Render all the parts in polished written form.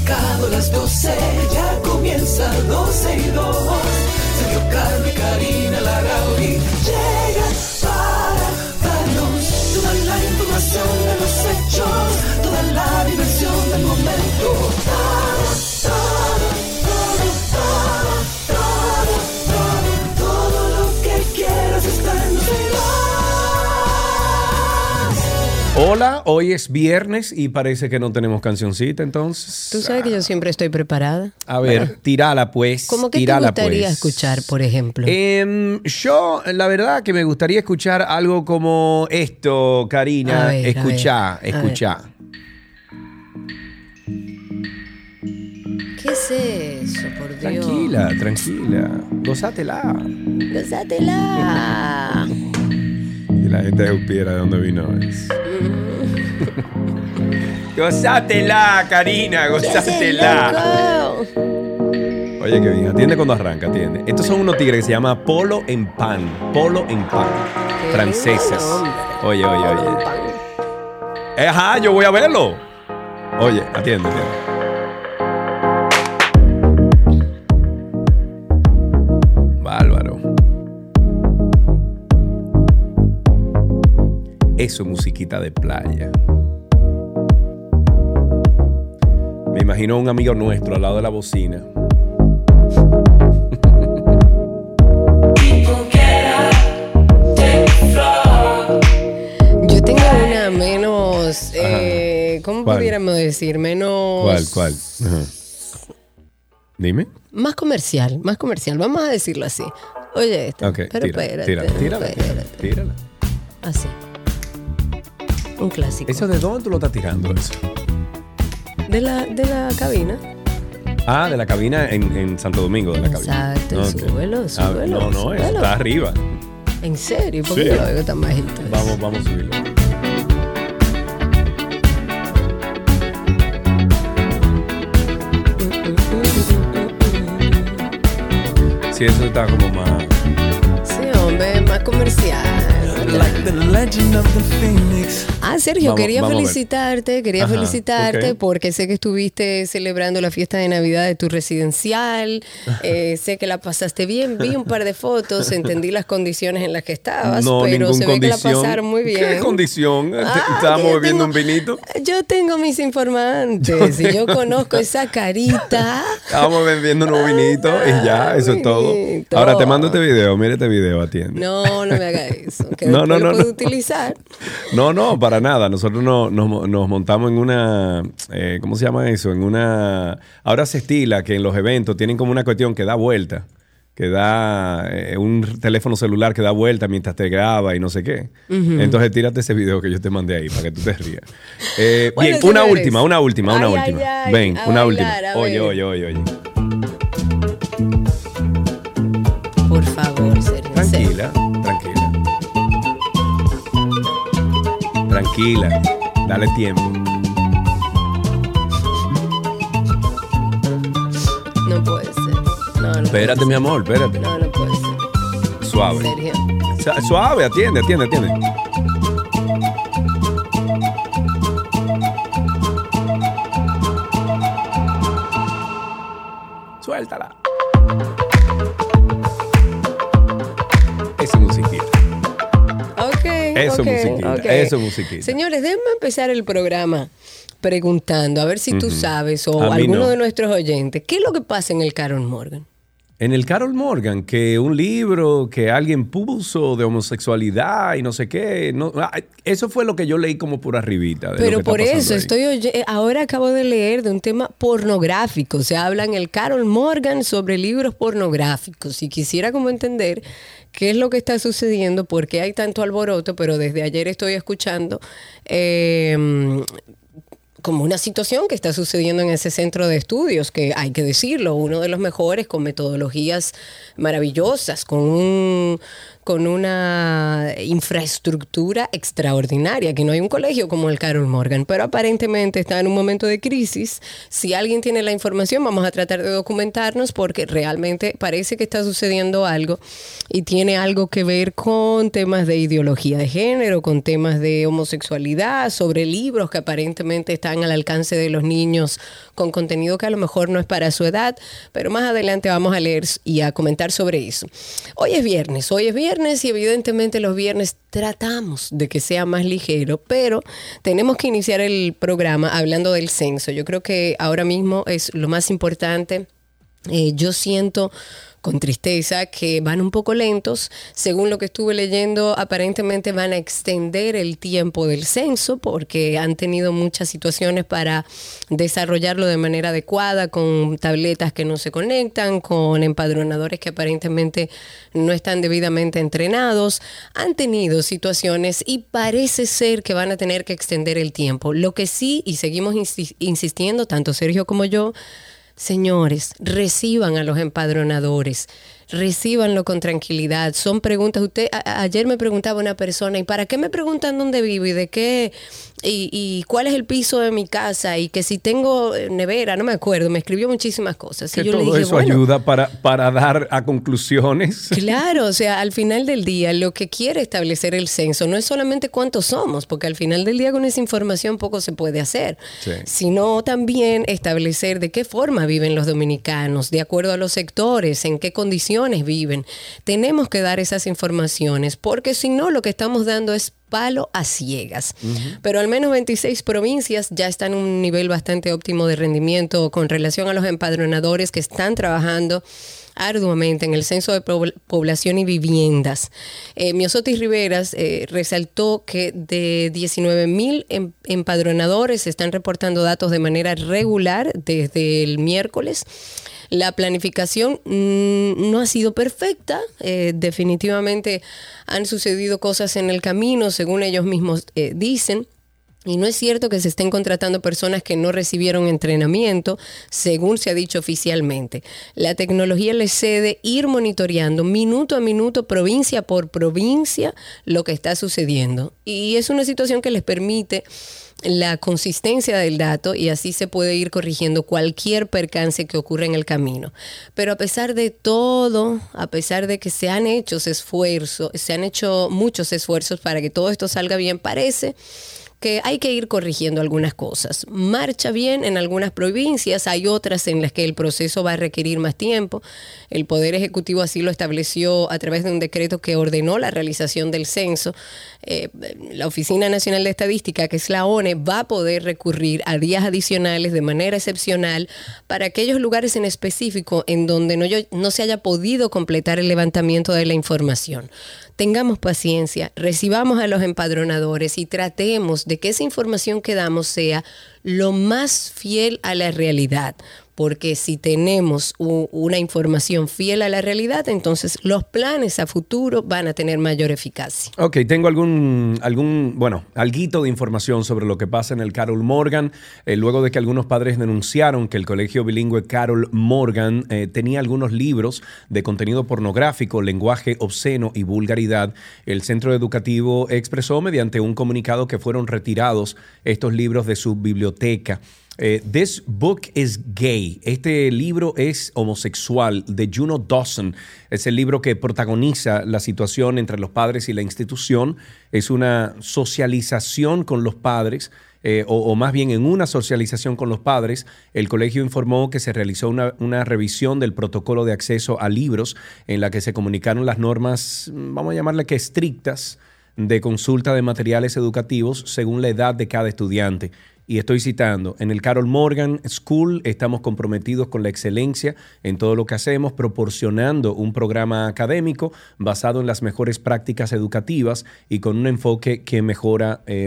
marcado las 12, ya comienza 12 y 2. Sergio, Carlos y Karina Larrauri llega para darnos toda la información de los hechos, toda la diversión del momento. Todo lo que quieras está en 12 y 2. Hola, hoy es viernes y parece que no tenemos cancioncita, entonces. Tú sabes que yo siempre estoy preparada. A ver, tírala pues. ¿Cómo que tírala, te gustaría pues. escuchar, por ejemplo? Yo, la verdad que me gustaría escuchar algo como esto, Karina. A ver, escuchá. ¿Qué es eso, por Dios? Tranquila. Gózatela. Gózatela. Y la gente supiera de dónde vino eso. Gózatela, Karina, gózatela. Oye, qué bien, atiende cuando arranca, atiende. Estos son unos tigres que se llama Polo en Pan. Franceses. Oye. Ajá, yo voy a verlo. Oye, atiende. Bárbaro. Eso, musiquita de playa. Me imagino a un amigo nuestro al lado de la bocina. Yo tengo una menos, ¿cómo ¿Cuál? pudiéramos decir? Menos... ¿Cuál? Ajá. Dime. Más comercial. Vamos a decirlo así. Oye, esta. Ok, Pero tírala. Así. Un clásico. ¿Eso de dónde tú lo estás tirando eso? De la cabina. Ah, de la cabina en Santo Domingo, de la cabina. Exacto, Okay. súbelo. No, eso está arriba. ¿En serio? ¿Por qué Sí. yo lo veo tan bajito? Vamos a subirlo. Sí, eso está como más... Sí, hombre, más comercial. Sergio, Vamos quería a ver. felicitarte ok. porque sé que estuviste celebrando la fiesta de Navidad de tu residencial. Sé que la pasaste bien, vi un par de fotos, entendí las condiciones en las que estabas, No, pero ningún se ve que la condición. pasaron muy bien. ¿Qué condición? Ah, Estábamos yo bebiendo tengo- un vinito. Yo tengo mis informantes y yo conozco esa carita. Estábamos bebiendo unos vinitos y ya, eso es todo. Vinito. Ahora te mando este video, mira este video, atiende. No me haga eso. Que No, después no, lo no, puedo no. utilizar. No, para nada. Nosotros nos montamos en una, ¿cómo se llama eso? En una, ahora se estila que en los eventos tienen como una cuestión que da vuelta, que da un teléfono celular que da vuelta mientras te graba y no sé qué. Entonces tírate ese video que yo te mandé ahí para que tú te rías. Bueno, bien, señores. una última. Ay, Ven, a una bailar, a última. ver. Oye. Por favor, Sergio. Tranquila, dale tiempo. No puede ser. No Espérate, puede mi ser. amor, espérate. No puede ser. Suave. Sergio. Suave, atiende. Suéltala. Esa musiquita. Eso musiquita. Señores, déjenme empezar el programa preguntando, a ver si tú sabes o A mí alguno no. de nuestros oyentes, ¿qué es lo que pasa en el Carol Morgan? En el Carol Morgan, que un libro que alguien puso de homosexualidad y no sé qué. Eso fue lo que yo leí como por arribita. De Pero lo que por está eso pasando ahí. ahora acabo de leer de un tema pornográfico. Se habla en el Carol Morgan sobre libros pornográficos y quisiera como entender qué es lo que está sucediendo, por qué hay tanto alboroto, pero desde ayer estoy escuchando como una situación que está sucediendo en ese centro de estudios, que hay que decirlo, uno de los mejores, con metodologías maravillosas, con un con una infraestructura extraordinaria, que no hay un colegio como el Carol Morgan, pero aparentemente está en un momento de crisis. Si alguien tiene la información, vamos a tratar de documentarnos porque realmente parece que está sucediendo algo y tiene algo que ver con temas de ideología de género, con temas de homosexualidad, sobre libros que aparentemente están al alcance de los niños con contenido que a lo mejor no es para su edad, pero más adelante vamos a leer y a comentar sobre eso. Hoy es viernes y evidentemente los viernes tratamos de que sea más ligero, pero tenemos que iniciar el programa hablando del censo. Yo creo que ahora mismo es lo más importante. Yo siento con tristeza que van un poco lentos. Según lo que estuve leyendo, aparentemente van a extender el tiempo del censo porque han tenido muchas situaciones para desarrollarlo de manera adecuada, con tabletas que no se conectan, con empadronadores que aparentemente no están debidamente entrenados. Han tenido situaciones y parece ser que van a tener que extender el tiempo. Lo que sí, y seguimos insistiendo, tanto Sergio como yo, señores, reciban a los empadronadores, recíbanlo con tranquilidad. Son preguntas. Ayer me preguntaba una persona, ¿y para qué me preguntan dónde vivo y de qué? Y cuál es el piso de mi casa y que si tengo nevera, no me acuerdo, me escribió muchísimas cosas. Que y yo todo le dije, eso ayuda para dar a conclusiones. Claro, o sea, al final del día lo que quiere establecer el censo no es solamente cuántos somos, porque al final del día con esa información poco se puede hacer, Sí. sino también establecer de qué forma viven los dominicanos, de acuerdo a los sectores, en qué condiciones viven. Tenemos que dar esas informaciones, porque si no, lo que estamos dando es palo a ciegas. Pero al menos 26 provincias ya están en un nivel bastante óptimo de rendimiento con relación a los empadronadores que están trabajando arduamente en el censo de población y viviendas. Miosotis Riveras resaltó que de 19,000 empadronadores se están reportando datos de manera regular desde el miércoles. La planificación no ha sido perfecta. Definitivamente han sucedido cosas en el camino, según ellos mismos dicen. Y no es cierto que se estén contratando personas que no recibieron entrenamiento, según se ha dicho oficialmente. La tecnología les cede ir monitoreando minuto a minuto, provincia por provincia, lo que está sucediendo. Y es una situación que les permite la consistencia del dato y así se puede ir corrigiendo cualquier percance que ocurra en el camino. Pero a pesar de todo, a pesar de que se han hecho muchos esfuerzos para que todo esto salga bien, parece que hay que ir corrigiendo algunas cosas. Marcha bien en algunas provincias, hay otras en las que el proceso va a requerir más tiempo. El Poder Ejecutivo así lo estableció a través de un decreto que ordenó la realización del censo. La Oficina Nacional de Estadística, que es la ONE, va a poder recurrir a días adicionales de manera excepcional para aquellos lugares en específico en donde no se haya podido completar el levantamiento de la información. Tengamos paciencia, recibamos a los empadronadores y tratemos de que esa información que damos sea lo más fiel a la realidad. Porque si tenemos una información fiel a la realidad, entonces los planes a futuro van a tener mayor eficacia. Ok, tengo alguito de información sobre lo que pasa en el Carol Morgan, luego de que algunos padres denunciaron que el colegio bilingüe Carol Morgan tenía algunos libros de contenido pornográfico, lenguaje obsceno y vulgaridad. El centro educativo expresó mediante un comunicado que fueron retirados estos libros de su biblioteca. This book is gay. Este libro es homosexual, de Juno Dawson. Es el libro que protagoniza la situación entre los padres y la institución. Es una socialización con los padres, o más bien en una socialización con los padres. El colegio informó que se realizó una revisión del protocolo de acceso a libros en la que se comunicaron las normas, vamos a llamarle que estrictas, de consulta de materiales educativos según la edad de cada estudiante. Y estoy citando, en el Carol Morgan School estamos comprometidos con la excelencia en todo lo que hacemos, proporcionando un programa académico basado en las mejores prácticas educativas y con un enfoque que mejora, de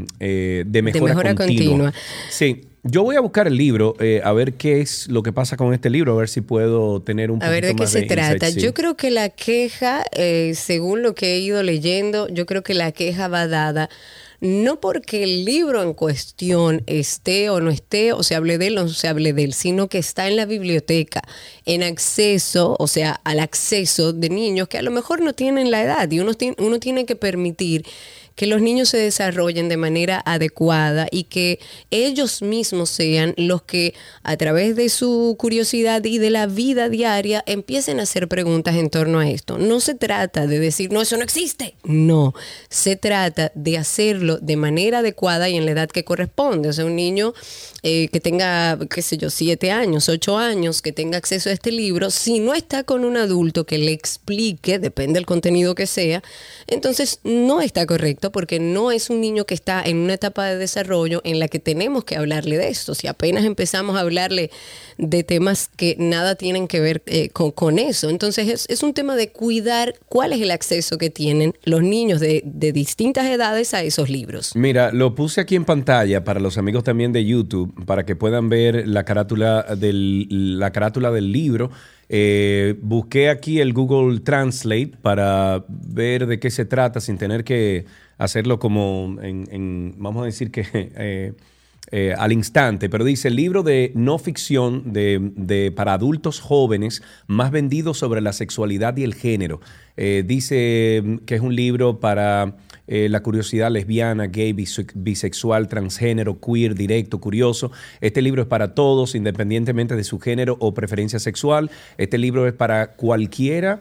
mejora continua. Sí. Yo voy a buscar el libro, a ver qué es lo que pasa con este libro, a ver si puedo tener un poquito más de A ver de qué se trata. Insight, sí. Yo creo que la queja, según lo que he ido leyendo, yo creo que la queja va dada no porque el libro en cuestión esté o no esté, o se hable de él o no se hable de él, sino que está en la biblioteca, en acceso, o sea, al acceso de niños que a lo mejor no tienen la edad, y uno tiene que permitir que los niños se desarrollen de manera adecuada y que ellos mismos sean los que a través de su curiosidad y de la vida diaria empiecen a hacer preguntas en torno a esto. No se trata de decir, no, eso no existe. No, se trata de hacerlo de manera adecuada y en la edad que corresponde. O sea, un niño que tenga, qué sé yo, 7 años, 8 años, que tenga acceso a este libro, si no está con un adulto que le explique, depende del contenido que sea, entonces no está correcto, porque no es un niño que está en una etapa de desarrollo en la que tenemos que hablarle de esto. Si apenas empezamos a hablarle de temas que nada tienen que ver con eso. Entonces es un tema de cuidar cuál es el acceso que tienen los niños de distintas edades a esos libros. Mira, lo puse aquí en pantalla para los amigos también de YouTube, para que puedan ver la carátula del libro. Busqué aquí el Google Translate para ver de qué se trata sin tener que hacerlo como vamos a decir que al instante, pero dice el libro de no ficción para adultos jóvenes más vendido sobre la sexualidad y el género. Dice que es un libro para la curiosidad lesbiana, gay, bisexual, transgénero, queer, directo, curioso. Este libro es para todos, independientemente de su género o preferencia sexual. Este libro es para cualquier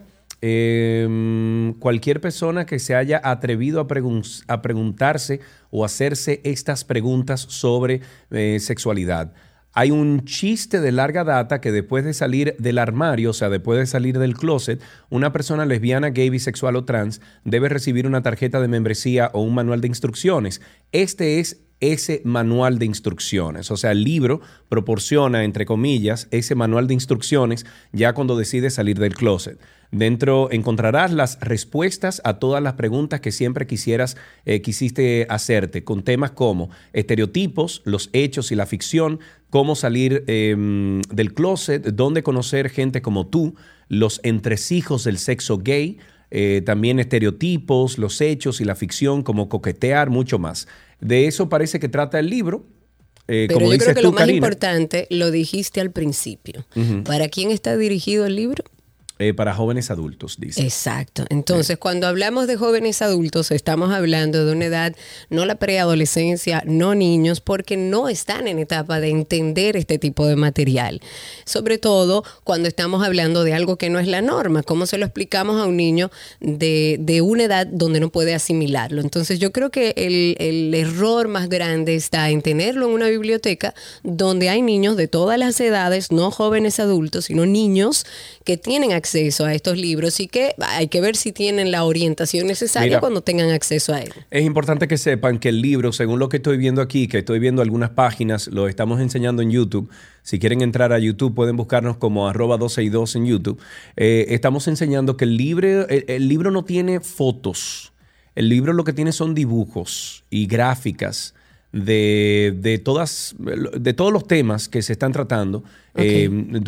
persona que se haya atrevido a preguntarse o hacerse estas preguntas sobre sexualidad. Hay un chiste de larga data que después de salir del armario, o sea, después de salir del closet, una persona lesbiana, gay, bisexual o trans debe recibir una tarjeta de membresía o un manual de instrucciones. Este es ese manual de instrucciones. O sea, el libro proporciona, entre comillas, ese manual de instrucciones ya cuando decides salir del closet. Dentro encontrarás las respuestas a todas las preguntas que siempre quisiste hacerte, con temas como estereotipos, los hechos y la ficción, cómo salir del closet, dónde conocer gente como tú, los entresijos del sexo gay, también estereotipos, los hechos y la ficción, como coquetear, mucho más. De eso parece que trata el libro. Pero como yo dices creo que tú, lo más Karina, importante lo dijiste al principio. Uh-huh. ¿Para quién está dirigido el libro? Para jóvenes adultos, dice. Exacto. Entonces, cuando hablamos de jóvenes adultos, estamos hablando de una edad, no la preadolescencia, no niños, porque no están en etapa de entender este tipo de material. Sobre todo cuando estamos hablando de algo que no es la norma. ¿Cómo se lo explicamos a un niño de una edad donde no puede asimilarlo? Entonces, yo creo que el error más grande está en tenerlo en una biblioteca donde hay niños de todas las edades, no jóvenes adultos, sino niños que tienen acceso a estos libros y que hay que ver si tienen la orientación necesaria cuando tengan acceso a él. Es importante que sepan que el libro, según lo que estoy viendo aquí, que estoy viendo algunas páginas, lo estamos enseñando en YouTube. Si quieren entrar a YouTube, pueden buscarnos como @262 en YouTube. Estamos enseñando que el libro no tiene fotos. El libro lo que tiene son dibujos y gráficas de todos los temas que se están tratando. Okay.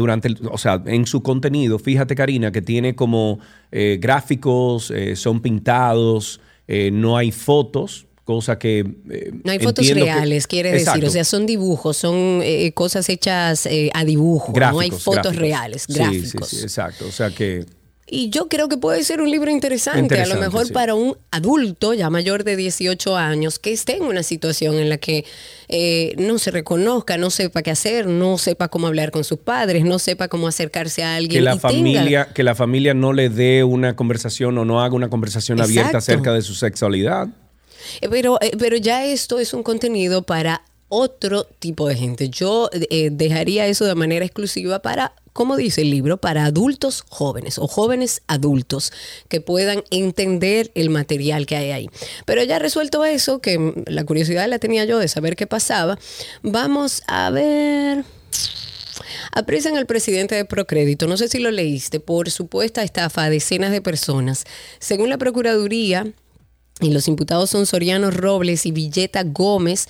En su contenido. Fíjate, Karina, que tiene como gráficos, son pintados, no hay fotos, cosa que no hay fotos reales, quiere decir. O sea, son dibujos, son cosas hechas a dibujo. Gráficos, no hay fotos reales, gráficos. Sí, exacto. O sea que... Y yo creo que puede ser un libro interesante a lo mejor sí, para un adulto ya mayor de 18 años que esté en una situación en la que no se reconozca, no sepa qué hacer, no sepa cómo hablar con sus padres, no sepa cómo acercarse a alguien. Que la familia no le dé una conversación o no haga una conversación abierta acerca de su sexualidad. Pero ya esto es un contenido para otro tipo de gente. Yo dejaría eso de manera exclusiva para, como dice el libro, para adultos jóvenes o jóvenes adultos que puedan entender el material que hay ahí. Pero ya resuelto eso, que la curiosidad la tenía yo de saber qué pasaba, vamos a ver... Apresan al presidente de Procrédito, no sé si lo leíste, por supuesta estafa a decenas de personas. Según la Procuraduría... Y los imputados son Soriano Robles y Villeta Gómez.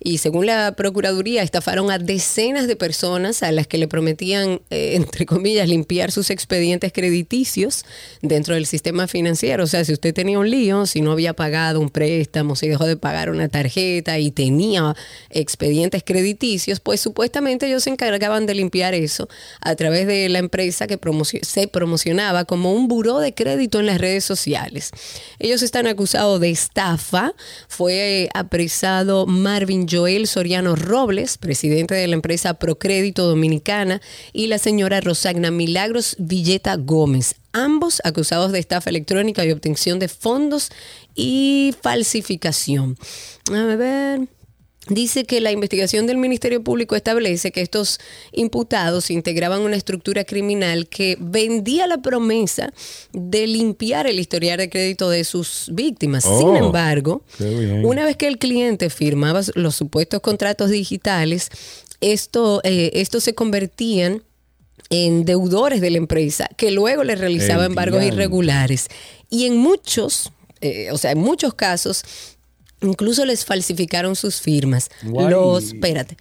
y según la Procuraduría estafaron a decenas de personas a las que le prometían, entre comillas, limpiar sus expedientes crediticios dentro del sistema financiero. O sea, si usted tenía un lío, si no había pagado un préstamo, si dejó de pagar una tarjeta y tenía expedientes crediticios, pues supuestamente ellos se encargaban de limpiar eso a través de la empresa que se promocionaba como un buró de crédito en las redes sociales. Ellos están acusados de estafa. Fue apresado Marvin Joel Soriano Robles, presidente de la empresa Procrédito Dominicana, y la señora Rosagna Milagros Villeta Gómez, ambos acusados de estafa electrónica y obtención de fondos y falsificación. A ver... Dice que la investigación del Ministerio Público establece que estos imputados integraban una estructura criminal que vendía la promesa de limpiar el historial de crédito de sus víctimas. Sin embargo, una vez que el cliente firmaba los supuestos contratos digitales, estos se convertían en deudores de la empresa, que luego les realizaba embargos irregulares. Y en muchos casos, incluso les falsificaron sus firmas. Espérate.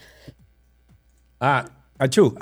Achú.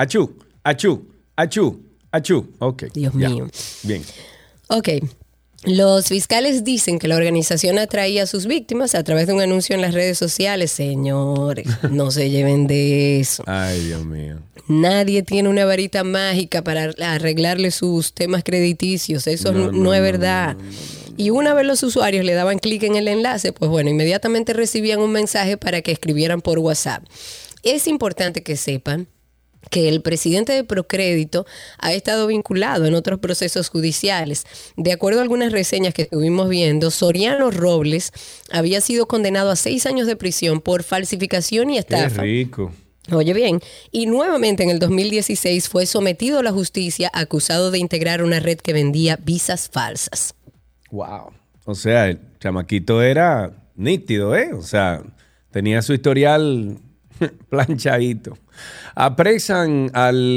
Ok. Dios mío. Bien. Ok. Los fiscales dicen que la organización atraía a sus víctimas a través de un anuncio en las redes sociales. Señores, no se lleven de eso. Ay, Dios mío. Nadie tiene una varita mágica para arreglarle sus temas crediticios. Eso no es verdad. Y una vez los usuarios le daban clic en el enlace, pues bueno, inmediatamente recibían un mensaje para que escribieran por WhatsApp. Es importante que sepan que el presidente de Procrédito ha estado vinculado en otros procesos judiciales. De acuerdo a algunas reseñas que estuvimos viendo, Soriano Robles había sido condenado a 6 años de prisión por falsificación y estafa. Qué rico. Oye bien, y nuevamente en el 2016 fue sometido a la justicia acusado de integrar una red que vendía visas falsas. Wow. O sea, el chamaquito era nítido, ¿eh? O sea, tenía su historial planchadito. Apresan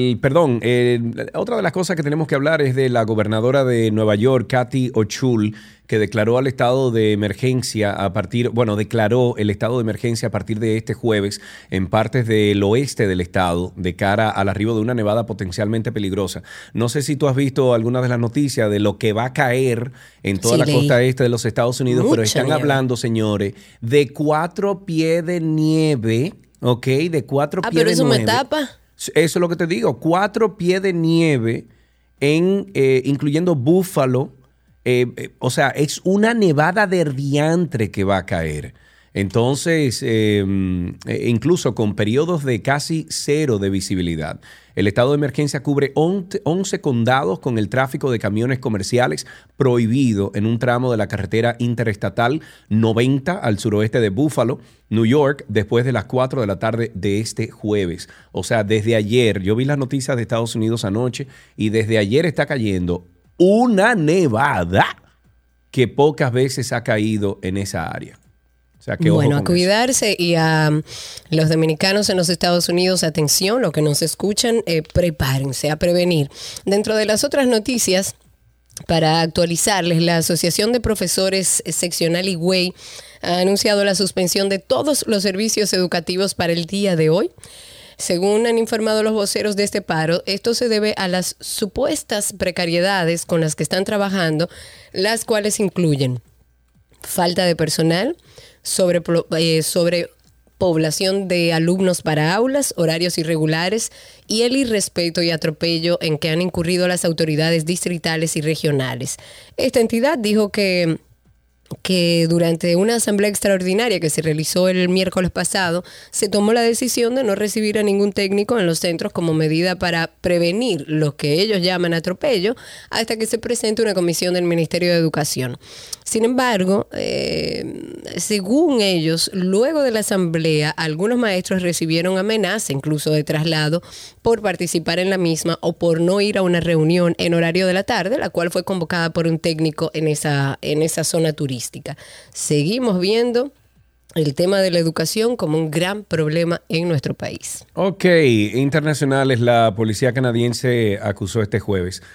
otra de las cosas que tenemos que hablar es de la gobernadora de Nueva York, Kathy Hochul, que declaró el estado de emergencia declaró el estado de emergencia a partir de este jueves en partes del oeste del estado de cara al arribo de una nevada potencialmente peligrosa. No sé si tú has visto alguna de las noticias de lo que va a caer en toda la costa este de los Estados Unidos, pero están hablando, señores, de 4 pies de nieve. Ok, de 4 pies de nieve. Pero eso me tapa. Eso es lo que te digo. 4 pies de nieve, incluyendo Búfalo. O sea, es una nevada de diantre que va a caer. Entonces, incluso con periodos de casi 0 de visibilidad. El estado de emergencia cubre 11 condados con el tráfico de camiones comerciales prohibido en un tramo de la carretera interestatal 90 al suroeste de Buffalo, New York, después de las 4 de la tarde de este jueves. O sea, desde ayer, yo vi las noticias de Estados Unidos anoche y desde ayer está cayendo una nevada que pocas veces ha caído en esa área. O sea, bueno, a cuidarse eso. Y a los dominicanos en los Estados Unidos, atención, los que nos escuchan, prepárense a prevenir. Dentro de las otras noticias, para actualizarles, la Asociación de Profesores Seccional Higüey ha anunciado la suspensión de todos los servicios educativos para el día de hoy. Según han informado los voceros de este paro, esto se debe a las supuestas precariedades con las que están trabajando, las cuales incluyen falta de personal, sobre población de alumnos para aulas, horarios irregulares y el irrespeto y atropello en que han incurrido las autoridades distritales y regionales. Esta entidad dijo que durante una asamblea extraordinaria que se realizó el miércoles pasado, se tomó la decisión de no recibir a ningún técnico en los centros como medida para prevenir lo que ellos llaman atropello hasta que se presente una comisión del Ministerio de Educación. Sin embargo, según ellos, luego de la asamblea, algunos maestros recibieron amenaza incluso de traslado por participar en la misma o por no ir a una reunión en horario de la tarde, la cual fue convocada por un técnico en esa zona turística. Seguimos viendo el tema de la educación como un gran problema en nuestro país. Ok, internacionales. La policía canadiense acusó este jueves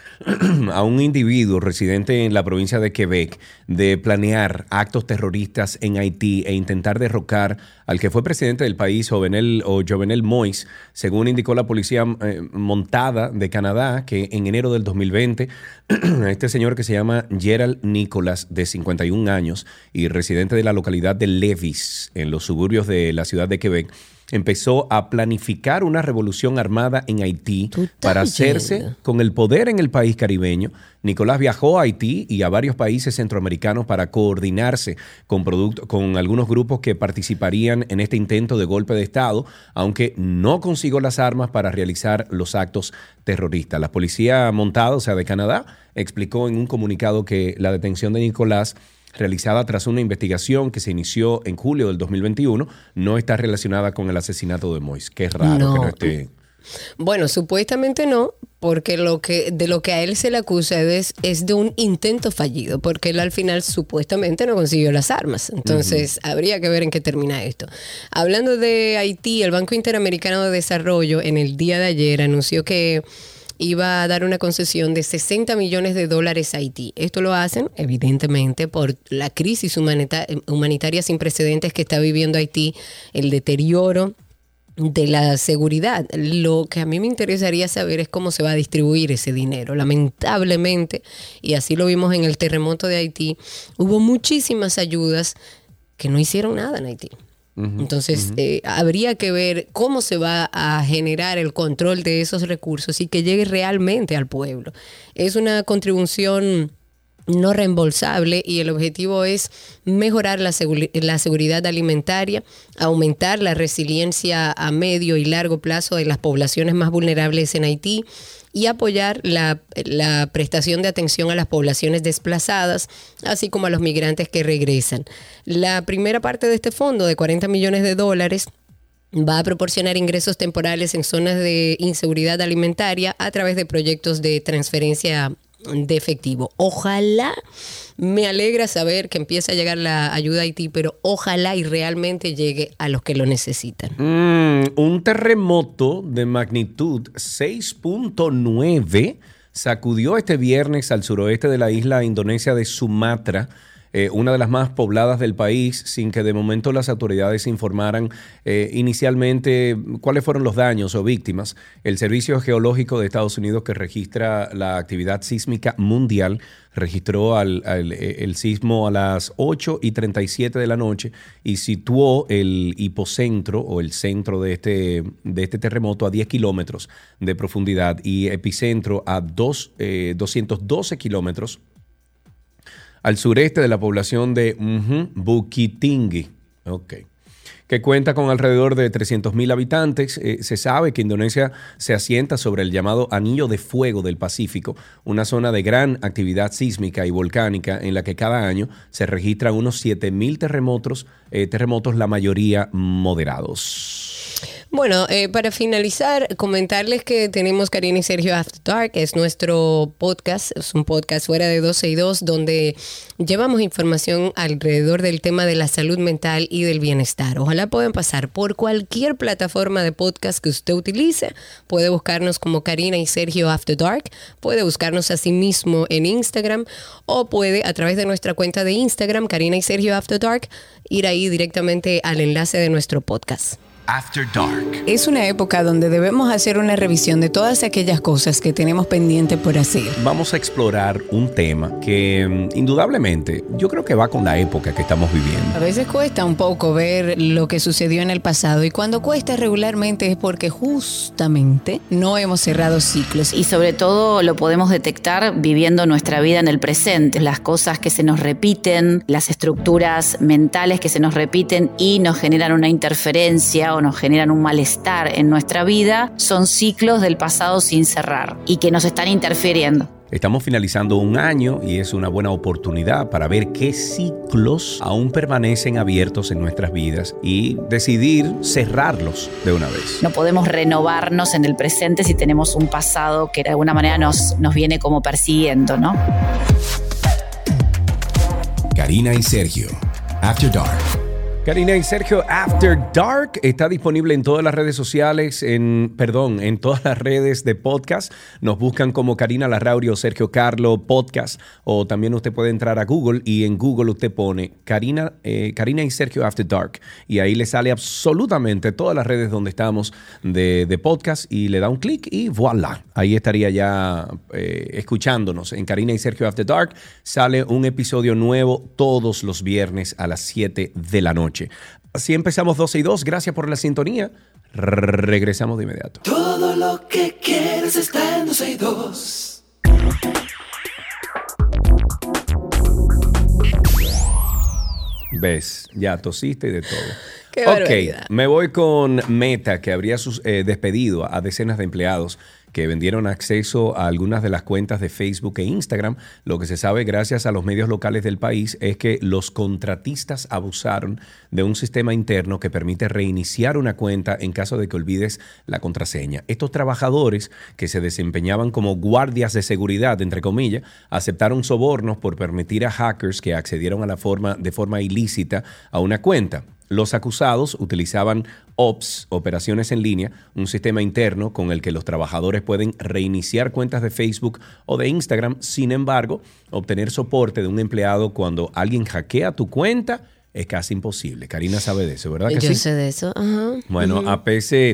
a un individuo residente en la provincia de Quebec de planear actos terroristas en Haití e intentar derrocar al que fue presidente del país, Jovenel Moïse, según indicó la policía montada de Canadá, que en enero del 2020, este señor que se llama Gerald Nicholas, de 51 años y residente de la localidad de Lévis, en los suburbios de la ciudad de Quebec, empezó a planificar una revolución armada en Haití para hacerse con el poder en el país caribeño. Nicolás viajó a Haití y a varios países centroamericanos para coordinarse con algunos grupos que participarían en este intento de golpe de Estado, aunque no consiguió las armas para realizar los actos terroristas. La policía montada, o sea, de Canadá, explicó en un comunicado que la detención de Nicolás, realizada tras una investigación que se inició en julio del 2021, no está relacionada con el asesinato de Moïse. Qué raro que no esté. Bueno, supuestamente no, porque de lo que a él se le acusa es de un intento fallido, porque él al final supuestamente no consiguió las armas. Entonces, habría que ver en qué termina esto. Hablando de Haití, el Banco Interamericano de Desarrollo en el día de ayer anunció que iba a dar una concesión de $60 millones a Haití. Esto lo hacen, evidentemente, por la crisis humanitaria sin precedentes que está viviendo Haití, el deterioro de la seguridad. Lo que a mí me interesaría saber es cómo se va a distribuir ese dinero. Lamentablemente, y así lo vimos en el terremoto de Haití, hubo muchísimas ayudas que no hicieron nada en Haití. Entonces, habría que ver cómo se va a generar el control de esos recursos y que llegue realmente al pueblo. Es una contribución no reembolsable y el objetivo es mejorar la seguridad alimentaria, aumentar la resiliencia a medio y largo plazo de las poblaciones más vulnerables en Haití y apoyar la prestación de atención a las poblaciones desplazadas, así como a los migrantes que regresan. La primera parte de este fondo de $40 millones va a proporcionar ingresos temporales en zonas de inseguridad alimentaria a través de proyectos de transferencia de efectivo. Ojalá, me alegra saber que empieza a llegar la ayuda a Haití, pero ojalá y realmente llegue a los que lo necesitan. Un terremoto de magnitud 6.9 sacudió este viernes al suroeste de la isla indonesia de Sumatra, una de las más pobladas del país, sin que de momento las autoridades informaran inicialmente cuáles fueron los daños o víctimas. El Servicio Geológico de Estados Unidos, que registra la actividad sísmica mundial, registró el sismo a las 8:37 de la noche y situó el hipocentro o el centro de este terremoto a 10 kilómetros de profundidad y epicentro a 212 kilómetros al sureste de la población de Bukittinggi, que cuenta con alrededor de 300,000 habitantes. Se sabe que Indonesia se asienta sobre el llamado Anillo de Fuego del Pacífico, una zona de gran actividad sísmica y volcánica en la que cada año se registran unos 7,000 terremotos, la mayoría moderados. Bueno, para finalizar, comentarles que tenemos Karina y Sergio After Dark, que es nuestro podcast, es un podcast fuera de 12 y 2, donde llevamos información alrededor del tema de la salud mental y del bienestar. Ojalá puedan pasar por cualquier plataforma de podcast que usted utilice. Puede buscarnos como Karina y Sergio After Dark, puede buscarnos a sí mismo en Instagram o puede a través de nuestra cuenta de Instagram, Karina y Sergio After Dark, ir ahí directamente al enlace de nuestro podcast. After Dark. Es una época donde debemos hacer una revisión de todas aquellas cosas que tenemos pendiente por hacer. Vamos a explorar un tema que indudablemente yo creo que va con la época que estamos viviendo. A veces cuesta un poco ver lo que sucedió en el pasado y cuando cuesta regularmente es porque justamente no hemos cerrado ciclos. Y sobre todo lo podemos detectar viviendo nuestra vida en el presente. Las cosas que se nos repiten, las estructuras mentales que se nos repiten y nos generan una interferencia o nos generan un malestar en nuestra vida, son ciclos del pasado sin cerrar y que nos están interfiriendo. Estamos finalizando un año y es una buena oportunidad para ver qué ciclos aún permanecen abiertos en nuestras vidas y decidir cerrarlos de una vez. No podemos renovarnos en el presente si tenemos un pasado que de alguna manera nos viene como persiguiendo, ¿no? Karina y Sergio, After Dark. Karina y Sergio After Dark está disponible en todas las redes sociales, en todas las redes de podcast. Nos buscan como Karina Larrauri o Sergio Carlo Podcast, o también usted puede entrar a Google y en Google usted pone Karina y Sergio After Dark y ahí le sale absolutamente todas las redes donde estamos de podcast y le da un clic y voilà, ahí estaría ya escuchándonos. En Karina y Sergio After Dark sale un episodio nuevo todos los viernes a las 7 de la noche. Así empezamos 12 y 2. Gracias por la sintonía. Regresamos de inmediato. Todo lo que quieres está en 12 y 2. Ves, ya tosiste y de todo. Qué barbaridad. Ok, me voy con Meta, que habría despedido a decenas de empleados que vendieron acceso a algunas de las cuentas de Facebook e Instagram. Lo que se sabe gracias a los medios locales del país es que los contratistas abusaron de un sistema interno que permite reiniciar una cuenta en caso de que olvides la contraseña. Estos trabajadores, que se desempeñaban como guardias de seguridad, entre comillas, aceptaron sobornos por permitir a hackers que accedieron de forma ilícita a una cuenta. Los acusados utilizaban Ops, operaciones en línea, un sistema interno con el que los trabajadores pueden reiniciar cuentas de Facebook o de Instagram. Sin embargo, obtener soporte de un empleado cuando alguien hackea tu cuenta es casi imposible. Karina sabe de eso, ¿verdad que sí? Yo sé de eso. Ajá. Bueno, pese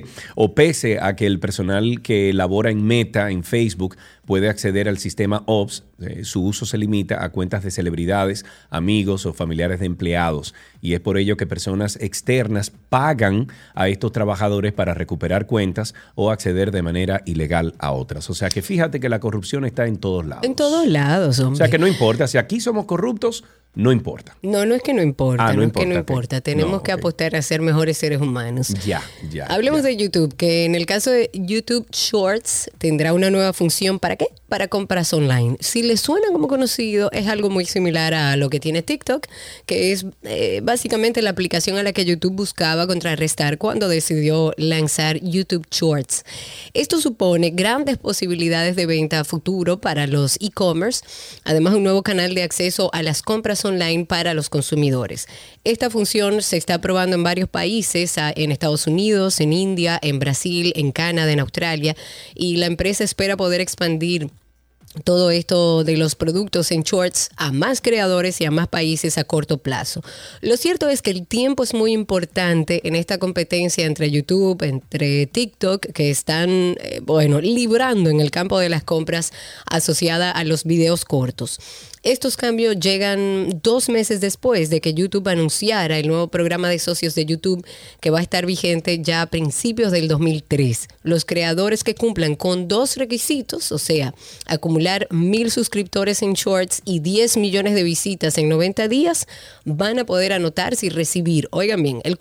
a que el personal que labora en Meta, en Facebook, puede acceder al sistema Ops, su uso se limita a cuentas de celebridades, amigos o familiares de empleados. Y es por ello que personas externas pagan a estos trabajadores para recuperar cuentas o acceder de manera ilegal a otras. O sea que fíjate que la corrupción está en todos lados. En todos lados, hombre. O sea que no importa. Si aquí somos corruptos, no importa. No es que no importa. No es importa, que no ok. importa. Tenemos que apostar a ser mejores seres humanos. Ya. Hablemos de YouTube, que en el caso de YouTube Shorts tendrá una nueva función. ¿Para qué? Para compras online. Si les suena como conocido, es algo muy similar a lo que tiene TikTok, que es básicamente la aplicación a la que YouTube buscaba contrarrestar cuando decidió lanzar YouTube Shorts. Esto supone grandes posibilidades de venta a futuro para los e-commerce, además un nuevo canal de acceso a las compras online para los consumidores. Esta función se está probando en varios países, en Estados Unidos, en India, en Brasil, en Canadá, en Australia, y la empresa espera poder expandir todo esto de los productos en Shorts a más creadores y a más países a corto plazo. Lo cierto es que el tiempo es muy importante en esta competencia entre YouTube, entre TikTok, que están, librando en el campo de las compras asociada a los videos cortos. Estos cambios llegan 2 meses después de que YouTube anunciara el nuevo programa de socios de YouTube que va a estar vigente ya a principios del 2003. Los creadores que cumplan con 2 requisitos, o sea, acumular 1,000 suscriptores en Shorts y 10 millones de visitas en 90 días, van a poder anotarse y recibir, oigan bien, el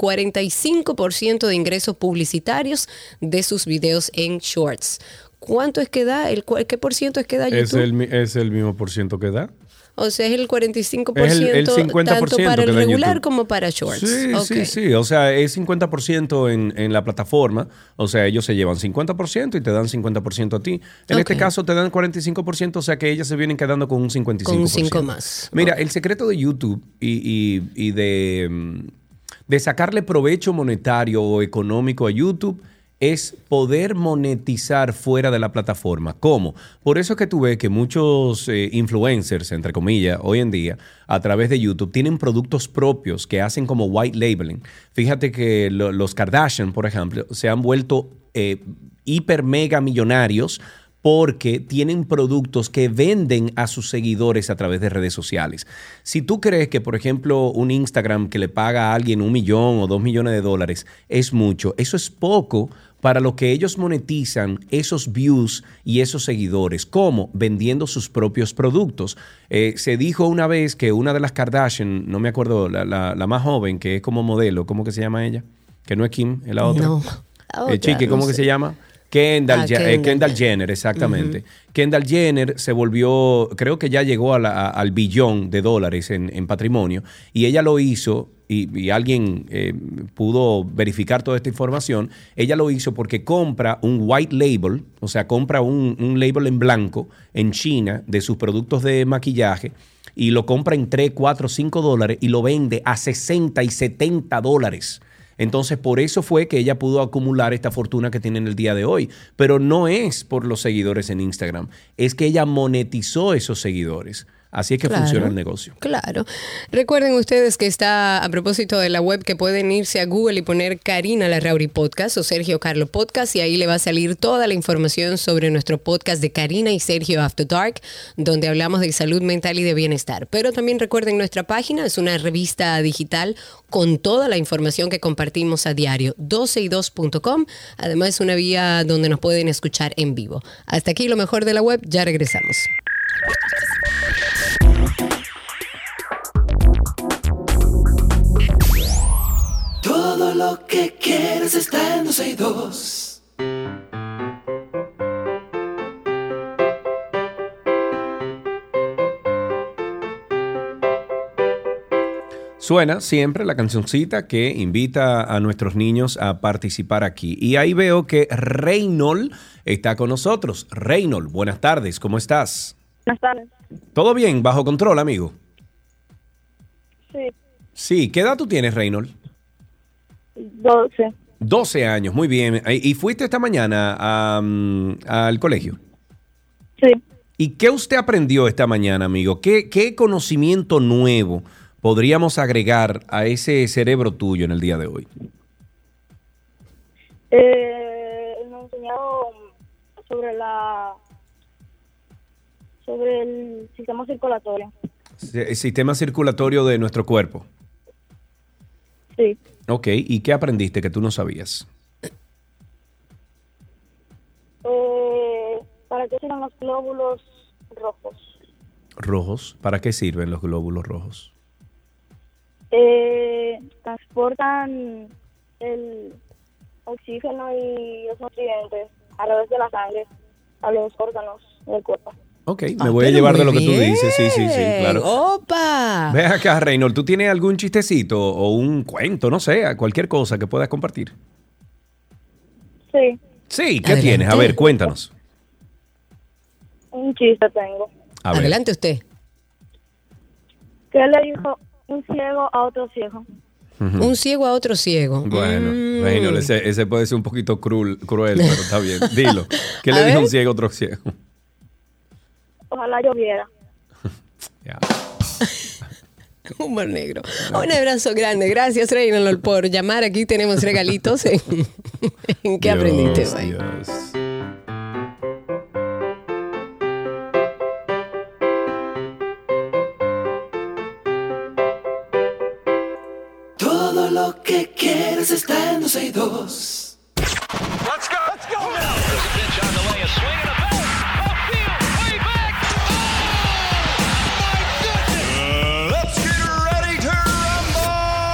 45% de ingresos publicitarios de sus videos en Shorts. ¿Cuánto es que da? ¿Qué por ciento es que da YouTube? ¿Es el mismo por ciento que da? O sea, es el 45%, Es el 50% tanto para que el da en regular YouTube. como para Shorts. Sí, Okay. sí. O sea, es 50% en la plataforma. O sea, ellos se llevan 50% y te dan 50% a ti. En este caso te dan 45%, o sea que ellas se vienen quedando con un 55%. Con un 5 más. Mira, el secreto de YouTube y de sacarle provecho monetario o económico a YouTube es poder monetizar fuera de la plataforma. ¿Cómo? Por eso es que tú ves que muchos influencers, entre comillas, hoy en día, a través de YouTube, tienen productos propios que hacen como white labeling. Fíjate que los Kardashian, por ejemplo, se han vuelto hiper mega millonarios porque tienen productos que venden a sus seguidores a través de redes sociales. Si tú crees que, por ejemplo, un Instagram que le paga a alguien $1 millón o $2 millones es mucho, eso es poco para lo que ellos monetizan esos views y esos seguidores. ¿Cómo? Vendiendo sus propios productos. Se dijo una vez que una de las Kardashian, no me acuerdo, la más joven, que es como modelo, ¿cómo que se llama ella? Que no es Kim, es la otra. No. Chiqui, ¿cómo que se llama? Kendall Jenner, exactamente. Uh-huh. Kendall Jenner se volvió, creo que ya llegó al billón de dólares en patrimonio, y ella lo hizo, y alguien pudo verificar toda esta información. Ella lo hizo porque compra un white label, o sea, compra un label en blanco en China de sus productos de maquillaje, y lo compra en 3, 4, 5 dólares y lo vende a 60 y 70 dólares. Entonces, por eso fue que ella pudo acumular esta fortuna que tiene en el día de hoy. Pero no es por los seguidores en Instagram, es que ella monetizó esos seguidores. Así es que funciona el negocio. Claro. Recuerden ustedes que está, a propósito de la web, que pueden irse a Google y poner Karina Larrauri Podcast o Sergio Carlo Podcast, y ahí le va a salir toda la información sobre nuestro podcast de Karina y Sergio After Dark, donde hablamos de salud mental y de bienestar. Pero también recuerden nuestra página, es una revista digital con toda la información que compartimos a diario, 12y2.com. Además, es una vía donde nos pueden escuchar en vivo. Hasta aquí lo mejor de la web, ya regresamos. Todo lo que quieres está en 12y2. Suena siempre la cancioncita que invita a nuestros niños a participar aquí. Y ahí veo que Reynold está con nosotros. Reynold, buenas tardes, ¿cómo estás? Buenas tardes. ¿Todo bien? ¿Bajo control, amigo? Sí. Sí, ¿qué edad tú tienes, Reynold? 12. 12 años, muy bien. ¿Y fuiste esta mañana al colegio? Sí. ¿Y qué usted aprendió esta mañana, amigo? ¿Qué conocimiento nuevo podríamos agregar a ese cerebro tuyo en el día de hoy? Me enseñaron sobre el sistema circulatorio. El sistema circulatorio de nuestro cuerpo. Sí. Ok, ¿y qué aprendiste que tú no sabías? ¿Para qué sirven los glóbulos rojos? ¿Rojos? ¿Para qué sirven los glóbulos rojos? Transportan el oxígeno y los nutrientes a través de la sangre a los órganos del cuerpo. Ok, me voy a llevar de lo que tú dices. Sí, claro. ¡Opa! Ve acá, Reynold, ¿tú tienes algún chistecito o un cuento, no sé, cualquier cosa que puedas compartir? Sí. Sí, ¿qué Adelante. tienes? A ver, cuéntanos. Un chiste tengo. A ver. Adelante usted. ¿Qué le dijo un ciego a otro ciego? Un ciego a otro ciego. Bueno, Reynold, ese puede ser un poquito cruel, pero está bien. Dilo. ¿Qué A le dijo ver. un ciego a otro ciego? Ojalá lloviera. Ya. Humor negro. Un abrazo grande. Gracias, Reynold, por llamar. Aquí tenemos regalitos. ¿En qué aprendiste hoy? Dios. Todo lo que quieres está en 12y2. Let's go. Let's go now. There's a pitch on the way. A swing and a ball. Upfield. Way back. Oh, my goodness. Let's get ready to rumble.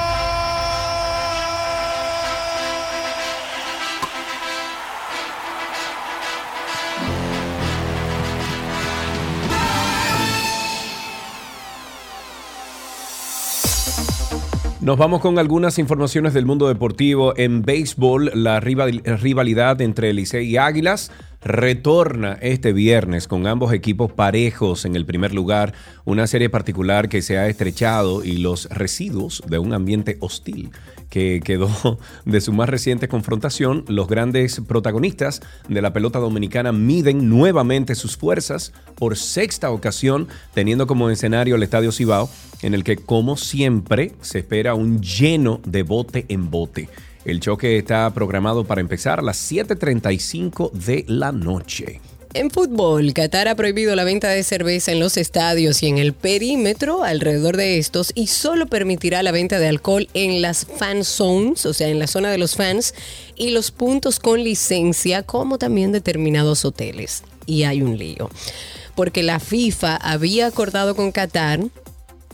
Nos vamos con algunas informaciones del mundo deportivo. En béisbol, la rivalidad entre Licey y Águilas retorna este viernes con ambos equipos parejos en el primer lugar. Una serie particular que se ha estrechado y los residuos de un ambiente hostil que quedó de su más reciente confrontación. Los grandes protagonistas de la pelota dominicana miden nuevamente sus fuerzas por sexta ocasión, teniendo como escenario el Estadio Cibao, en el que, como siempre, se espera un lleno de bote en bote. El choque está programado para empezar a las 7:35 de la noche. En fútbol, Qatar ha prohibido la venta de cerveza en los estadios y en el perímetro alrededor de estos, y solo permitirá la venta de alcohol en las fan zones, o sea, en la zona de los fans, y los puntos con licencia, como también determinados hoteles. Y hay un lío, porque la FIFA había acordado con Qatar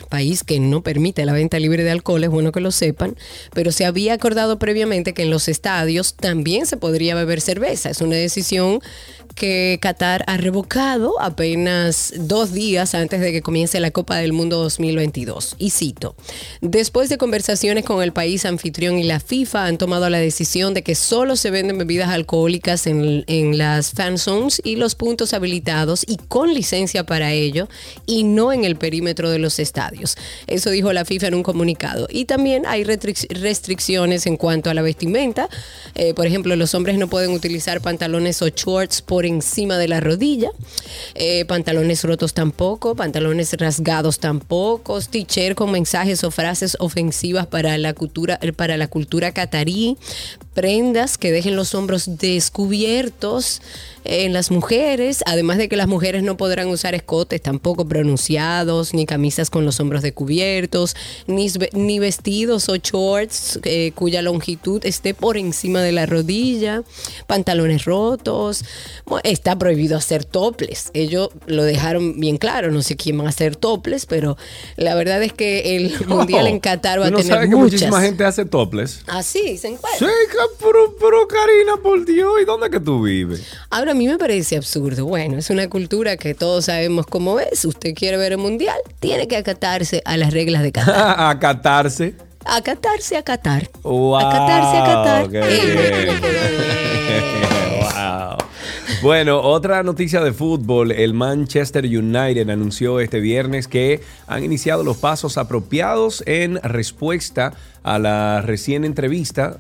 país que no permite la venta libre de alcohol, es bueno que lo sepan, pero se había acordado previamente que en los estadios también se podría beber cerveza. Es una decisión que Qatar ha revocado apenas 2 días antes de que comience la Copa del Mundo 2022. Y cito: después de conversaciones con el país anfitrión y la FIFA, han tomado la decisión de que solo se venden bebidas alcohólicas en las fan zones y los puntos habilitados y con licencia para ello, y no en el perímetro de los estadios. Eso dijo la FIFA en un comunicado. Y también hay restricciones en cuanto a la vestimenta. Por ejemplo, los hombres no pueden utilizar pantalones o shorts por encima de la rodilla, pantalones rotos tampoco, pantalones rasgados tampoco, t-shirt con mensajes o frases ofensivas para la cultura catarí, prendas que dejen los hombros descubiertos en las mujeres, además de que las mujeres no podrán usar escotes tampoco pronunciados, ni camisas con los hombros descubiertos, ni vestidos o shorts cuya longitud esté por encima de la rodilla, pantalones rotos. Bueno, está prohibido hacer topless. Ellos lo dejaron bien claro, no sé quién va a hacer topless, pero la verdad es que el mundial en Qatar va a tener sabes que muchas. muchísima gente hace topless. Ah, sí, se encuentra. Sí, pero Karina, por Dios, ¿y dónde es que tú vives? Ahora, a mí me parece absurdo. Bueno, es una cultura que todos sabemos cómo es. Usted quiere ver el mundial, tiene que acatarse a las reglas de Qatar. Acatarse. Acatarse a Qatar. Wow, Acatarse a Qatar. qué Ey, bien. me quedó bien. Wow. Bueno, otra noticia de fútbol. El Manchester United anunció este viernes que han iniciado los pasos apropiados en respuesta a la recién entrevista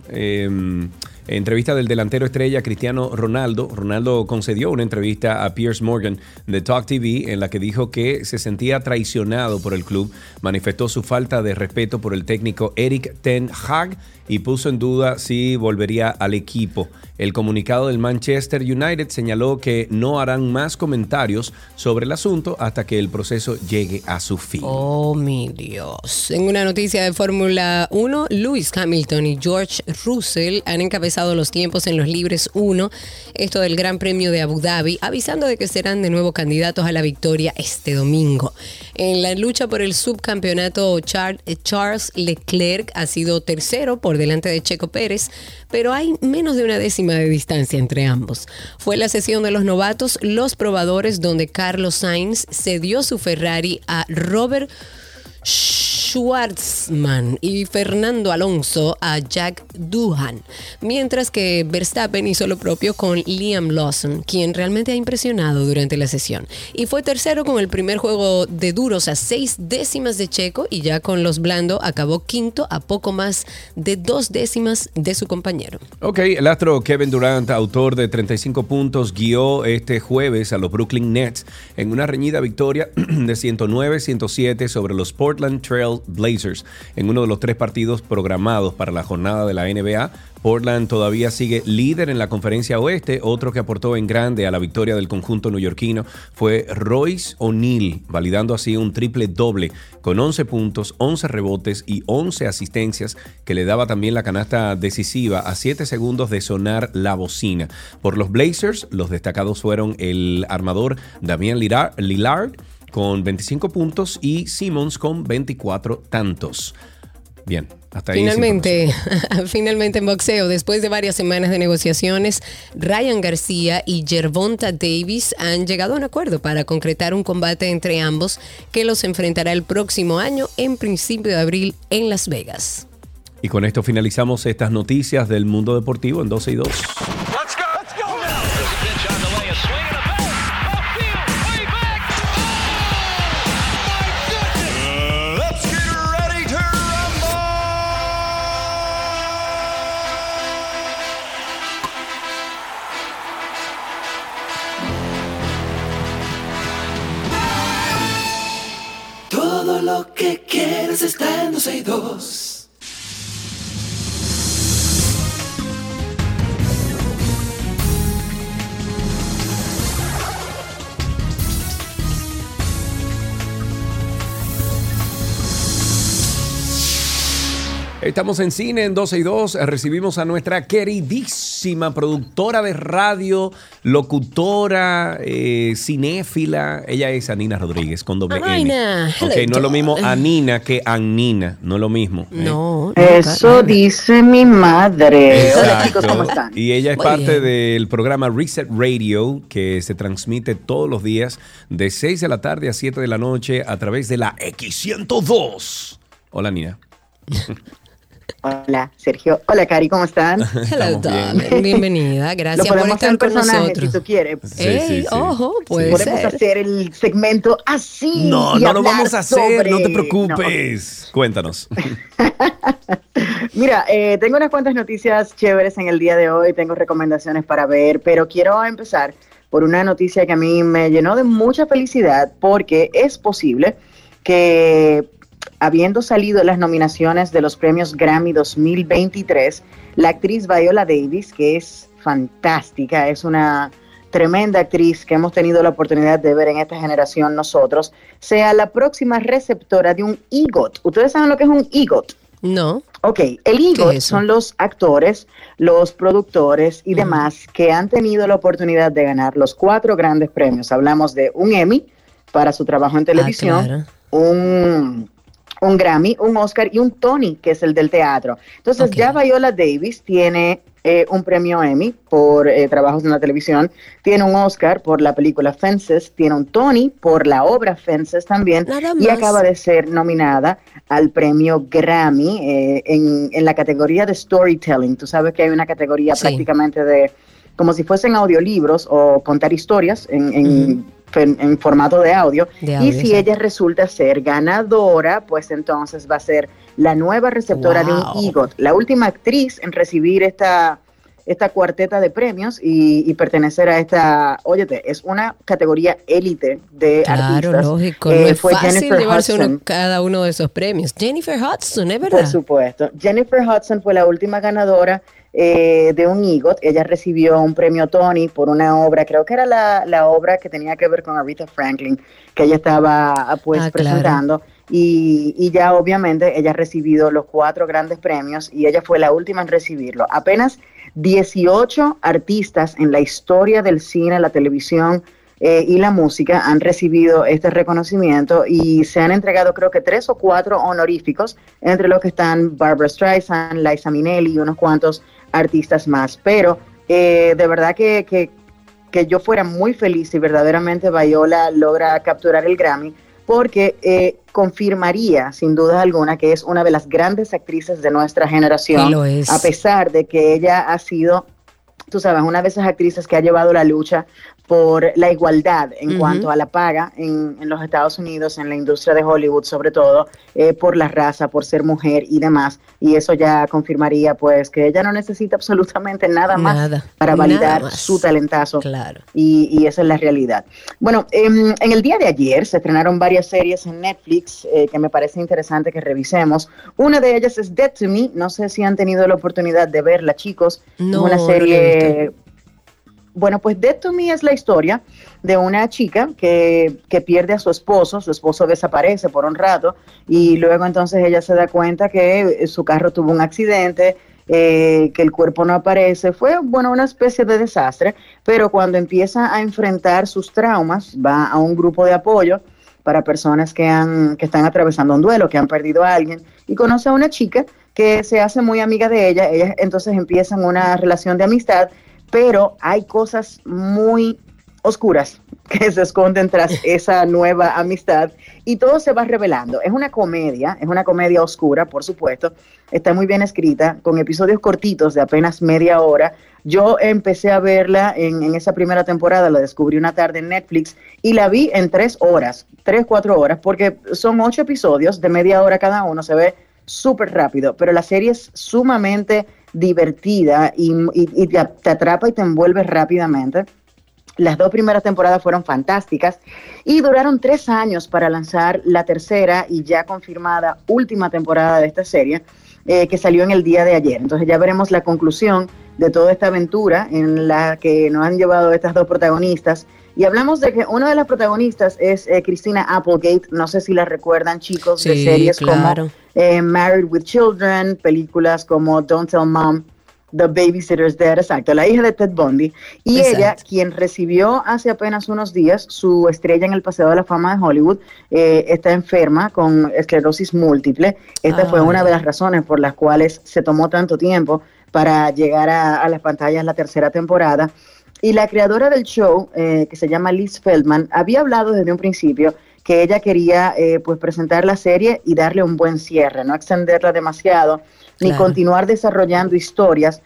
del delantero estrella Cristiano Ronaldo. Ronaldo concedió una entrevista a Piers Morgan de Talk TV en la que dijo que se sentía traicionado por el club, manifestó su falta de respeto por el técnico Erik ten Hag y puso en duda si volvería al equipo. El comunicado del Manchester United señaló que no harán más comentarios sobre el asunto hasta que el proceso llegue a su fin. Oh, mi Dios. En una noticia de Fórmula 1, Lewis Hamilton y George Russell han encabezado los tiempos en los libres 1, esto del Gran Premio de Abu Dhabi, avisando de que serán de nuevo candidatos a la victoria este domingo. En la lucha por el subcampeonato, Charles Leclerc ha sido tercero por delante de Checo Pérez, pero hay menos de una décima de distancia entre ambos. Fue la sesión de los novatos, los probadores, donde Carlos Sainz cedió su Ferrari a Robert Schwartzman y Fernando Alonso a Jack Doohan, mientras que Verstappen hizo lo propio con Liam Lawson, quien realmente ha impresionado durante la sesión. Y fue tercero con el primer juego de duros a 6 décimas de Checo, y ya con los blandos acabó quinto a poco más de 2 décimas de su compañero. Ok, el astro Kevin Durant, autor de 35 puntos, guió este jueves a los Brooklyn Nets en una reñida victoria de 109-107 sobre los Portland Trail Blazers en uno de los 3 partidos programados para la jornada de la NBA. Portland todavía sigue líder en la conferencia oeste. Otro que aportó en grande a la victoria del conjunto neoyorquino fue Royce O'Neal, validando así un triple doble con 11 puntos, 11 rebotes y 11 asistencias, que le daba también la canasta decisiva a 7 segundos de sonar la bocina. Por los Blazers, los destacados fueron el armador Damian Lillard con 25 puntos y Simmons con 24 tantos. Bien, hasta ahí. Finalmente en boxeo, después de varias semanas de negociaciones, Ryan García y Gervonta Davis han llegado a un acuerdo para concretar un combate entre ambos que los enfrentará el próximo año, en principio de abril, en Las Vegas. Y con esto finalizamos estas noticias del mundo deportivo en 12 y 2. Let's go. Let's go now. There's a pitch on the way. A swing and a miss. Left field. Way back. Oh, my goodness. Let's get ready to rumble. Todo lo que quieres está en 12 y 2. Estamos en Cine en 12 y 2. Recibimos a nuestra queridísima productora de radio, locutora, cinéfila. Ella es Anina Rodríguez con doble N. Anina, Ok, hello, no es lo mismo darling. Anina que Annina. No es lo mismo. No. Eso dice mi madre. Hola Exacto. chicos, ¿cómo están? Y ella es Muy parte bien. del programa Reset Radio, que se transmite todos los días de 6 de la tarde a 7 de la noche a través de la X102. Hola, Nina. Hola Sergio. Hola Cari, ¿cómo están? Hello, Estamos bien. darling. Bienvenida. Lo Gracias por podemos hacer estar un con personaje nosotros. si tú quieres. Sí, Ey, sí, sí. ojo, puede Podemos ser. hacer el segmento así. No, y no lo hablar vamos a hacer, no te sobre- preocupes. Cuéntanos. No. Mira, tengo unas cuantas noticias chéveres en el día de hoy, tengo recomendaciones para ver, pero quiero empezar por una noticia que a mí me llenó de mucha felicidad porque es posible que, habiendo salido las nominaciones de los premios Grammy 2023, la actriz Viola Davis, que es fantástica, es una tremenda actriz que hemos tenido la oportunidad de ver en esta generación nosotros, sea la próxima receptora de un EGOT. ¿Ustedes saben lo que es un EGOT? No. Ok, el EGOT es eso? son los actores, los productores y demás que han tenido la oportunidad de ganar los 4 grandes premios. Hablamos de un Emmy para su trabajo en televisión, claro. un Grammy, un Oscar y un Tony, que es el del teatro. Entonces Ok. ya Viola Davis tiene un premio Emmy por trabajos en la televisión, tiene un Oscar por la película Fences, tiene un Tony por la obra Fences también, Nada y más. acaba de ser nominada al premio Grammy en la categoría de Storytelling. Tú sabes que hay una categoría Sí. prácticamente de, como si fuesen audiolibros o contar historias en formato de audio. De audio, Y si exacto. ella resulta ser ganadora, pues entonces va a ser la nueva receptora de Wow. un EGOT, la última actriz en recibir esta cuarteta de premios y pertenecer a esta, óyete, es una categoría élite de Claro, artistas. lógico. No es Fue fácil Jennifer llevarse Hudson. cada uno de esos premios. Jennifer Hudson, ¿es verdad? Por supuesto. Jennifer Hudson fue la última ganadora de un EGOT. Ella recibió un premio Tony por una obra, creo que era la obra que tenía que ver con Aretha Franklin, que ella estaba pues Ah, claro. presentando. Y ya obviamente ella ha recibido los 4 grandes premios y ella fue la última en recibirlo. Apenas 18 artistas en la historia del cine, la televisión y la música han recibido este reconocimiento y se han entregado creo que 3 o 4 honoríficos, entre los que están Barbra Streisand, Liza Minnelli y unos cuantos artistas más. Pero de verdad que yo fuera muy feliz si verdaderamente Viola logra capturar el Grammy, porque confirmaría sin duda alguna que es una de las grandes actrices de nuestra generación, Y lo es. a pesar de que ella ha sido, tú sabes, una de esas actrices que ha llevado la lucha por la igualdad en cuanto a la paga en los Estados Unidos, en la industria de Hollywood sobre todo, por la raza, por ser mujer y demás, y eso ya confirmaría pues que ella no necesita absolutamente nada más Nada, para nada validar más. su talentazo. Claro. Y esa es la realidad. Bueno, en el día de ayer se estrenaron varias series en Netflix que me parece interesante que revisemos. Una de ellas es Dead to Me. No sé si han tenido la oportunidad de verla, chicos. No, es una no la he serie... Bueno, pues Dead to Me es la historia de una chica que pierde a su esposo desaparece por un rato y luego entonces ella se da cuenta que su carro tuvo un accidente, que el cuerpo no aparece, fue bueno una especie de desastre, pero cuando empieza a enfrentar sus traumas va a un grupo de apoyo para personas que están atravesando un duelo, que han perdido a alguien y conoce a una chica que se hace muy amiga de ella, ellas entonces empiezan una relación de amistad, pero hay cosas muy oscuras que se esconden tras esa nueva amistad y todo se va revelando. Es una comedia oscura, por supuesto, está muy bien escrita, con episodios cortitos de apenas media hora. Yo empecé a verla en esa primera temporada, la descubrí una tarde en Netflix y la vi en 3 horas, 3-4 horas, porque son 8 episodios de media hora cada uno, se ve súper rápido, pero la serie es sumamente divertida y te atrapa y te envuelve rápidamente. Las 2 primeras temporadas fueron fantásticas y duraron 3 años para lanzar la tercera y ya confirmada última temporada de esta serie, que salió en el día de ayer. Entonces ya veremos la conclusión de toda esta aventura en la que nos han llevado estas 2 protagonistas, Y hablamos de que una de las protagonistas es Christina Applegate. No sé si la recuerdan, chicos, de Sí, series claro. como Married with Children, películas como Don't Tell Mom, The Babysitter's Dead, exacto, la hija de Ted Bundy. Y Exacto. ella, quien recibió hace apenas unos días su estrella en el Paseo de la Fama de Hollywood, está enferma con esclerosis múltiple. Esta fue una de las razones por las cuales se tomó tanto tiempo para llegar a las pantallas la tercera temporada. Y la creadora del show, que se llama Liz Feldman, había hablado desde un principio que ella quería pues presentar la serie y darle un buen cierre, no extenderla demasiado, ni Claro. continuar desarrollando historias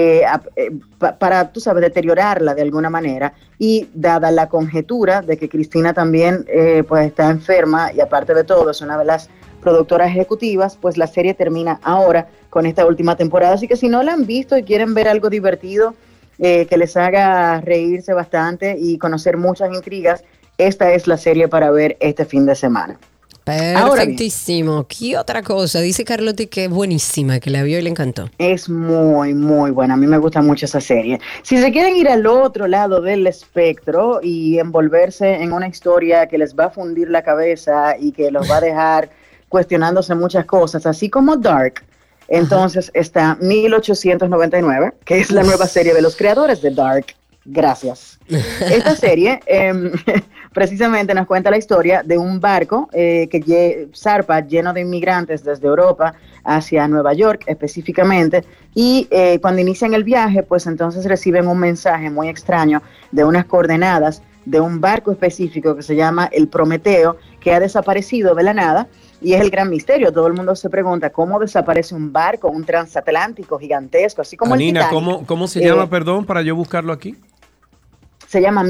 para, tú sabes, deteriorarla de alguna manera. Y dada la conjetura de que Cristina también pues está enferma y aparte de todo es una de las productoras ejecutivas, pues la serie termina ahora con esta última temporada. Así que si no la han visto y quieren ver algo divertido, que les haga reírse bastante y conocer muchas intrigas, esta es la serie para ver este fin de semana. Ahora bien, Perfectísimo. ¿Qué otra cosa? Dice Carlotti que es buenísima, que la vio y le encantó. es muy, muy buena. A mí me gusta mucho esa serie. Si se quieren ir al otro lado del espectro y envolverse en una historia que les va a fundir la cabeza y que los va a dejar cuestionándose muchas cosas, así como Dark, entonces está 1899, que es la nueva serie de los creadores de Dark. Gracias. Esta serie precisamente nos cuenta la historia de un barco que zarpa lleno de inmigrantes desde Europa hacia Nueva York específicamente, y cuando inician el viaje, pues entonces reciben un mensaje muy extraño de unas coordenadas de un barco específico que se llama el Prometeo, que ha desaparecido de la nada. Y es el gran misterio. Todo el mundo se pregunta cómo desaparece un barco, un transatlántico gigantesco, así como Anina, el Titanic. ¿cómo se llama, perdón, para yo buscarlo aquí? Se llama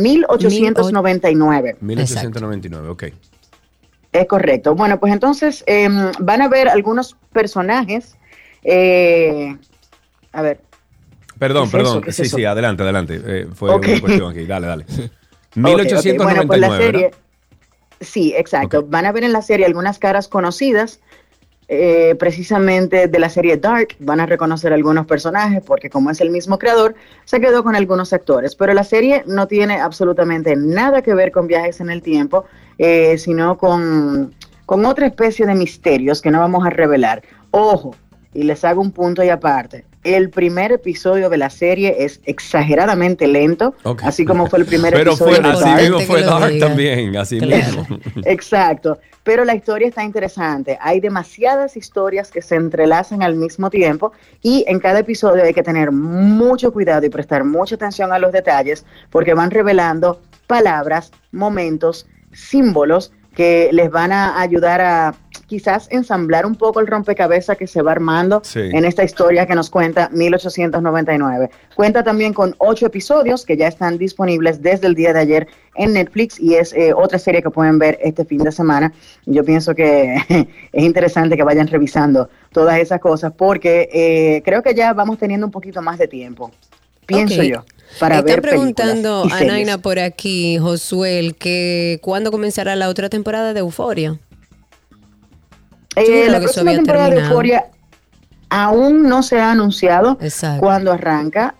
1899. 1899, ok. Es correcto. Bueno, pues entonces van a ver algunos personajes. A ver. Perdón, ¿Qué es eso? perdón. ¿Qué es Sí, eso? sí, adelante. Fue Ok. una cuestión aquí. Dale. Ok. 1899, Bueno, pues la serie, ¿verdad? sí, exacto. Ok. Van a ver en la serie algunas caras conocidas, precisamente de la serie Dark. Van a reconocer algunos personajes porque como es el mismo creador, se quedó con algunos actores. Pero la serie no tiene absolutamente nada que ver con viajes en el tiempo, sino con otra especie de misterios que no vamos a revelar. Ojo, y les hago un punto y aparte. El primer episodio de la serie es exageradamente lento, Ok. así como fue el primer Pero episodio fue de así Dark. mismo, fue Que lo Dark diga. también, así Claro. mismo. Exacto, pero la historia está interesante. Hay demasiadas historias que se entrelazan al mismo tiempo y en cada episodio hay que tener mucho cuidado y prestar mucha atención a los detalles porque van revelando palabras, momentos, símbolos que les van a ayudar a quizás ensamblar un poco el rompecabezas que se va armando Sí. en esta historia que nos cuenta 1899. Cuenta también con 8 episodios que ya están disponibles desde el día de ayer en Netflix y es otra serie que pueden ver este fin de semana. Yo pienso que es interesante que vayan revisando todas esas cosas porque creo que ya vamos teniendo un poquito más de tiempo, pienso Ok. yo, para Están ver preguntando películas y a series. Naina por aquí, Josuel, que cuándo comenzará la otra temporada de Euforia. Yo creo La que eso próxima había temporada de terminado. Euphoria aún no se ha anunciado Exacto. cuándo arranca,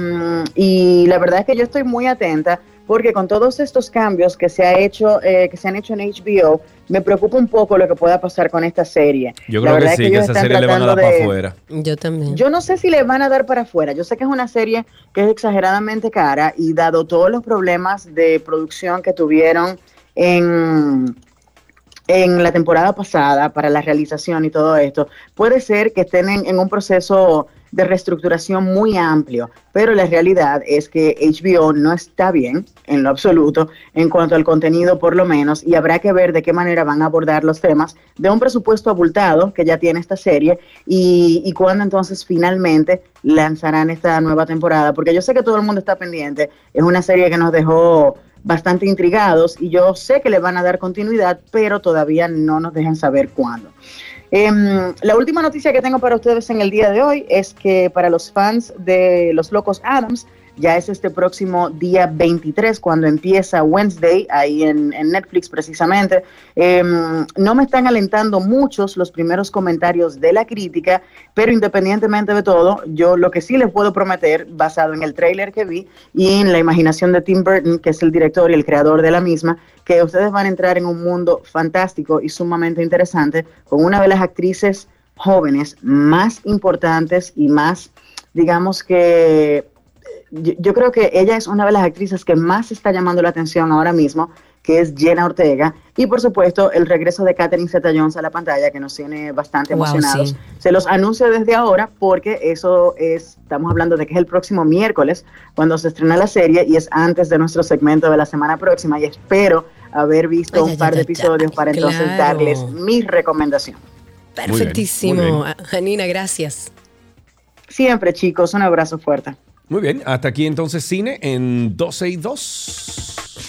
y la verdad es que yo estoy muy atenta porque con todos estos cambios que se han hecho en HBO, me preocupa un poco lo que pueda pasar con esta serie. Yo La creo que verdad es sí, que ellos esa están serie le van a dar tratando para de- afuera. Yo también. Yo no sé si le van a dar para afuera. Yo sé que es una serie que es exageradamente cara y dado todos los problemas de producción que tuvieron en la temporada pasada para la realización y todo esto, puede ser que estén en un proceso de reestructuración muy amplio, pero la realidad es que HBO no está bien en lo absoluto en cuanto al contenido por lo menos, y habrá que ver de qué manera van a abordar los temas de un presupuesto abultado que ya tiene esta serie y cuándo entonces finalmente lanzarán esta nueva temporada, porque yo sé que todo el mundo está pendiente. Es una serie que nos dejó bastante intrigados y yo sé que le van a dar continuidad, pero todavía no nos dejan saber cuándo. La última noticia que tengo para ustedes en el día de hoy es que para los fans de Los Locos Adams, ya es este próximo día 23 cuando empieza Wednesday, ahí en Netflix precisamente. No me están alentando muchos los primeros comentarios de la crítica, pero independientemente de todo, yo lo que sí les puedo prometer, basado en el tráiler que vi y en la imaginación de Tim Burton, que es el director y el creador de la misma, que ustedes van a entrar en un mundo fantástico y sumamente interesante con una de las actrices jóvenes más importantes y más, digamos que, yo creo que ella es una de las actrices que más está llamando la atención ahora mismo, que es Jenna Ortega, y por supuesto el regreso de Catherine Zeta-Jones a la pantalla, que nos tiene bastante emocionados. Sí. Se los anuncio desde ahora porque estamos hablando de que es el próximo miércoles cuando se estrena la serie y es antes de nuestro segmento de la semana próxima, y espero haber visto un par de episodios para entonces darles mi recomendación. Perfectísimo. Muy bien. Janina, gracias. Siempre, chicos, un abrazo fuerte. Muy bien, hasta aquí entonces cine en 12 y 2.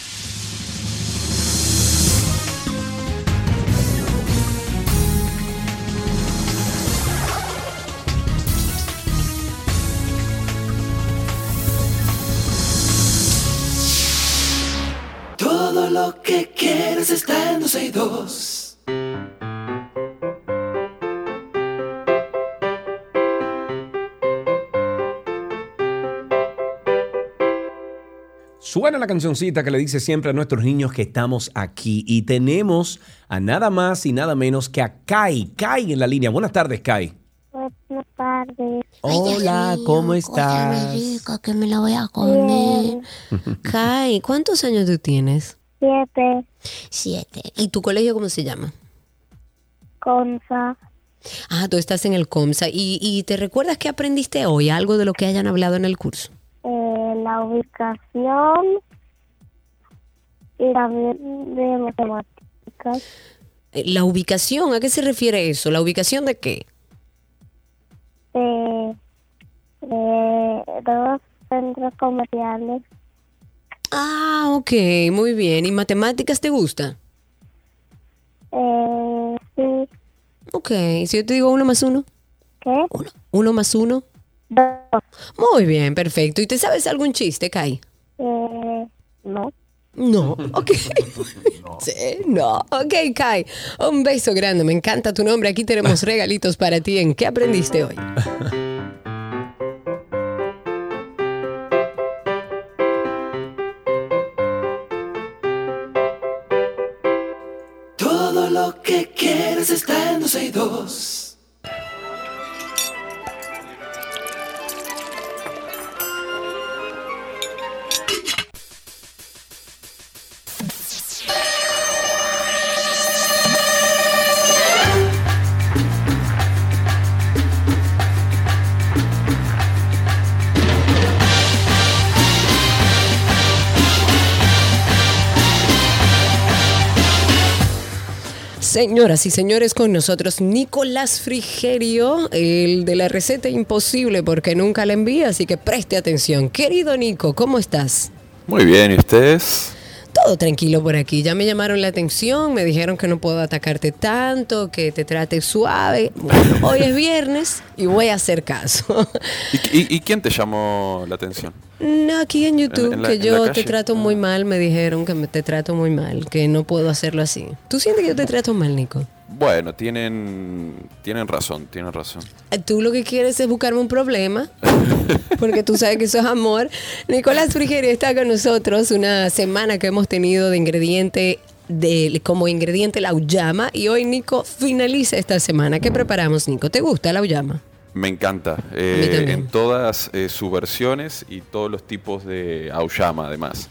Todo lo que quieres está en 12 y 2. Suena la cancioncita que le dice siempre a nuestros niños que estamos aquí y tenemos a nada más y nada menos que a Kai. Kai en la línea. Buenas tardes, Kai. Buenas tardes. Hola, ¿cómo estás? Escúchame, rica, que me la voy a comer. Kai, ¿cuántos años tú tienes? 7. 7. ¿Y tu colegio cómo se llama? Consa. Ah, tú estás en el COMSA. ¿Y te recuerdas que aprendiste hoy? Algo de lo que hayan hablado en el curso. La ubicación y también de matemáticas. La ubicación, ¿a qué se refiere eso? ¿La ubicación de qué? De 2 centros comerciales. Ah, ok, muy bien. ¿Y matemáticas te gusta? Sí. Ok, si yo te digo 1 más 1. ¿Qué? 1 más 1. 2. Muy bien, perfecto. ¿Y te sabes algún chiste, Kai? No. No, ok. Sí, no. Ok, Kai. Un beso grande. Me encanta tu nombre. Aquí tenemos regalitos para ti. ¿En qué aprendiste hoy? Todo lo que quieres está en 12 y 2. Señoras y señores, con nosotros Nicolás Frigerio, el de la receta imposible porque nunca la envía, así que preste atención. Querido Nico, ¿cómo estás? Muy bien, ¿y ustedes? Todo tranquilo por aquí. Ya me llamaron la atención, me dijeron que no puedo atacarte tanto, que te trate suave. Bueno, hoy es viernes y voy a hacer caso. ¿Y quién te llamó la atención? No, aquí en YouTube, En la que yo te calle. trato muy mal, me dijeron que te trato muy mal, que no puedo hacerlo así. ¿Tú sientes que yo te trato mal, Nico? Bueno, tienen razón. Tú lo que quieres es buscarme un problema, porque tú sabes que eso es amor. Nicolás Frigerio está con nosotros una semana que hemos tenido de ingrediente, como ingrediente la auyama, y hoy Nico finaliza esta semana. ¿Qué preparamos, Nico? ¿Te gusta la auyama? Me encanta. mí también. En todas sus versiones y todos los tipos de auyama, además.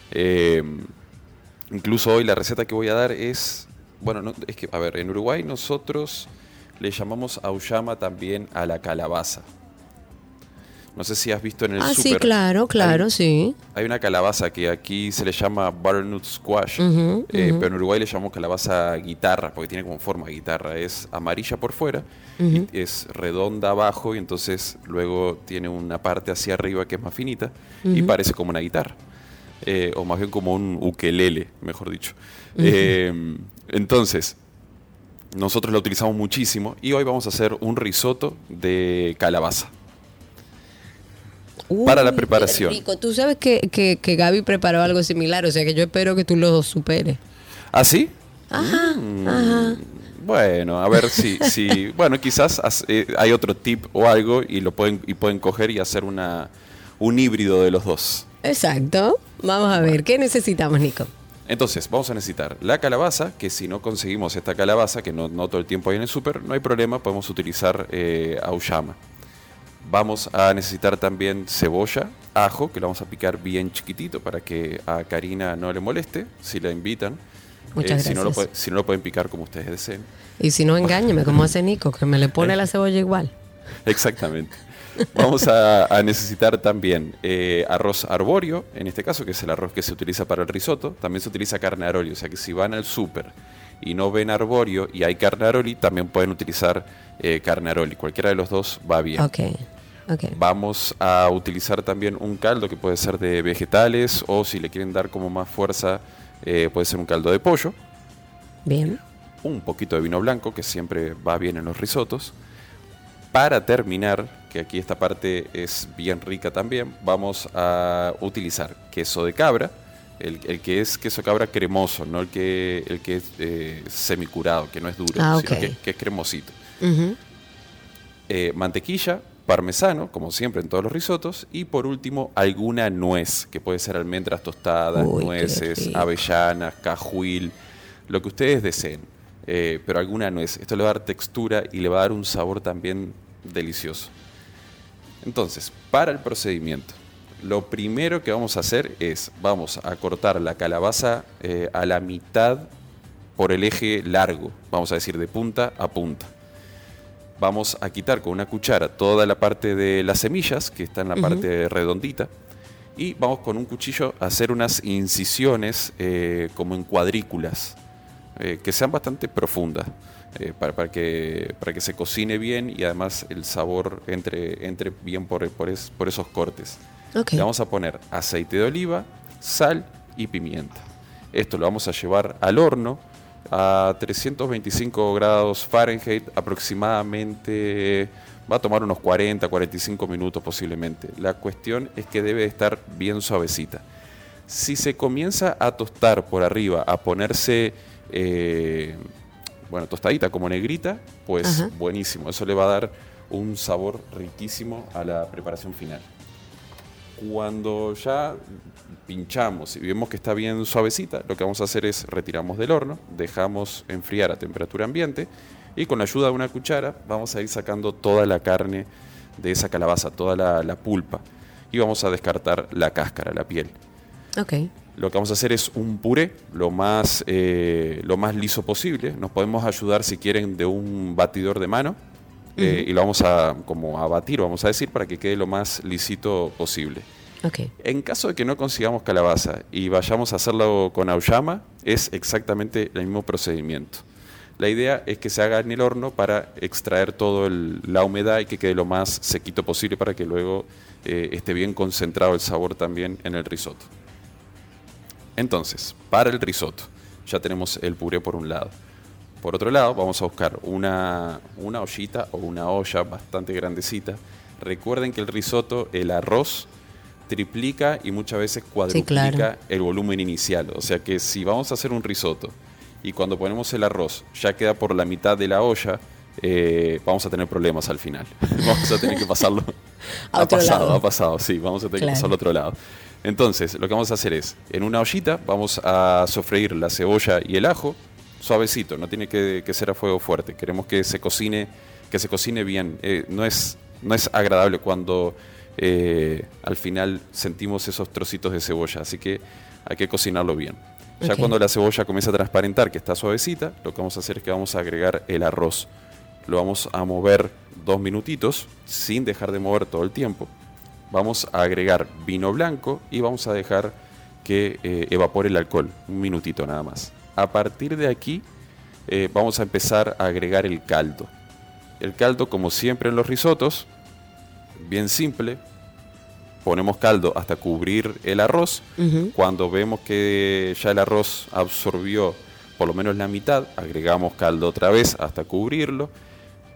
Incluso hoy la receta que voy a dar es... Bueno, no, es que, a ver, en Uruguay nosotros le llamamos auyama también a la calabaza. No sé si has visto en el súper. Sí, claro, sí. Hay una calabaza que aquí se le llama butternut squash, pero en Uruguay le llamamos calabaza guitarra, porque tiene como forma de guitarra. Es amarilla por fuera, y es redonda abajo, y entonces luego tiene una parte hacia arriba que es más finita, y parece como una guitarra. O más bien como un ukelele, mejor dicho. Entonces, nosotros la utilizamos muchísimo, y hoy vamos a hacer un risotto de calabaza. para la Uy, preparación. qué rico. Tú sabes que Gaby preparó algo similar, o sea que yo espero que tú lo superes. ¿Ah, sí? Ajá, ajá. Bueno, a ver si bueno, quizás hay otro tip o algo y pueden coger y hacer un híbrido de los dos. Exacto. Vamos a ver, ¿qué necesitamos, Nico? Entonces, vamos a necesitar la calabaza, que si no conseguimos esta calabaza, que no todo el tiempo hay en el súper, no hay problema, podemos utilizar auyama. Vamos a necesitar también cebolla, ajo, que lo vamos a picar bien chiquitito para que a Karina no le moleste, si la invitan. Muchas si no gracias. si no lo pueden picar como ustedes deseen. Y si no, engáñeme, como hace Nico, que me le pone la cebolla igual. Exactamente. Vamos a necesitar también arroz arbóreo, en este caso, que es el arroz que se utiliza para el risotto. También se utiliza carne aroli, o sea que si van al súper y no ven arbóreo y hay carne aroli, también pueden utilizar carne aroli. Cualquiera de los dos va bien. Ok. Vamos a utilizar también un caldo que puede ser de vegetales o si le quieren dar como más fuerza, puede ser un caldo de pollo. Bien. Un poquito de vino blanco, que siempre va bien en los risotos. Para terminar, que aquí esta parte es bien rica también, vamos a utilizar queso de cabra, el que es queso de cabra cremoso, no el que es semicurado, que no es duro, Ah, sino ok. que es cremosito. Ujú. Mantequilla, parmesano, como siempre en todos los risotos, y por último alguna nuez, que puede ser almendras tostadas, Uy, qué nueces, rico. avellanas, cajuil, lo que ustedes deseen, pero alguna nuez. Esto le va a dar textura y le va a dar un sabor también delicioso. Entonces, para el procedimiento, lo primero que vamos a hacer es, vamos a cortar la calabaza a la mitad por el eje largo, vamos a decir de punta a punta. Vamos a quitar con una cuchara toda la parte de las semillas, que está en la parte redondita, y vamos con un cuchillo a hacer unas incisiones como en cuadrículas, que sean bastante profundas, para que se cocine bien y además el sabor entre bien por esos cortes. Ok. Le vamos a poner aceite de oliva, sal y pimienta. Esto lo vamos a llevar al horno a 325 grados Fahrenheit, aproximadamente va a tomar unos 40-45 minutos posiblemente. La cuestión es que debe estar bien suavecita. Si se comienza a tostar por arriba, a ponerse tostadita como negrita, pues Ajá. buenísimo. Eso le va a dar un sabor riquísimo a la preparación final. Cuando ya pinchamos y vemos que está bien suavecita, lo que vamos a hacer es retiramos del horno, dejamos enfriar a temperatura ambiente y con la ayuda de una cuchara vamos a ir sacando toda la carne de esa calabaza, toda la pulpa, y vamos a descartar la cáscara, la piel. Ok. Lo que vamos a hacer es un puré lo más liso posible. Nos podemos ayudar, si quieren, de un batidor de mano. Y lo vamos a batir, vamos a decir, para que quede lo más lisito posible. Ok. En caso de que no consigamos calabaza y vayamos a hacerlo con auyama, es exactamente el mismo procedimiento. La idea es que se haga en el horno para extraer toda la humedad y que quede lo más sequito posible para que luego esté bien concentrado el sabor también en el risotto. Entonces, para el risotto, ya tenemos el puré por un lado. Por otro lado, vamos a buscar una ollita o una olla bastante grandecita. Recuerden que el risotto, el arroz, triplica y muchas veces cuadruplica claro. el volumen inicial. O sea que si vamos a hacer un risotto y cuando ponemos el arroz ya queda por la mitad de la olla, vamos a tener problemas al final. Vamos a tener que pasarlo. A otro lado. Ha pasado, sí, vamos a tener que pasarlo a otro lado. Entonces, lo que vamos a hacer es, en una ollita vamos a sofreír la cebolla y el ajo, suavecito, no tiene que ser a fuego fuerte. Queremos que se cocine bien. No es agradable cuando al final sentimos esos trocitos de cebolla, así que hay que cocinarlo bien. Ya cuando la cebolla comienza a transparentar, que está suavecita, lo que vamos a hacer es que vamos a agregar el arroz. Lo vamos a mover 2 minutitos, sin dejar de mover todo el tiempo. Vamos a agregar vino blanco y vamos a dejar que evapore el alcohol, 1 minutito nada más. A partir de aquí vamos a empezar a agregar el caldo. El caldo, como siempre en los risotos, bien simple. Ponemos caldo hasta cubrir el arroz. Cuando vemos que ya el arroz absorbió por lo menos la mitad, agregamos caldo otra vez hasta cubrirlo.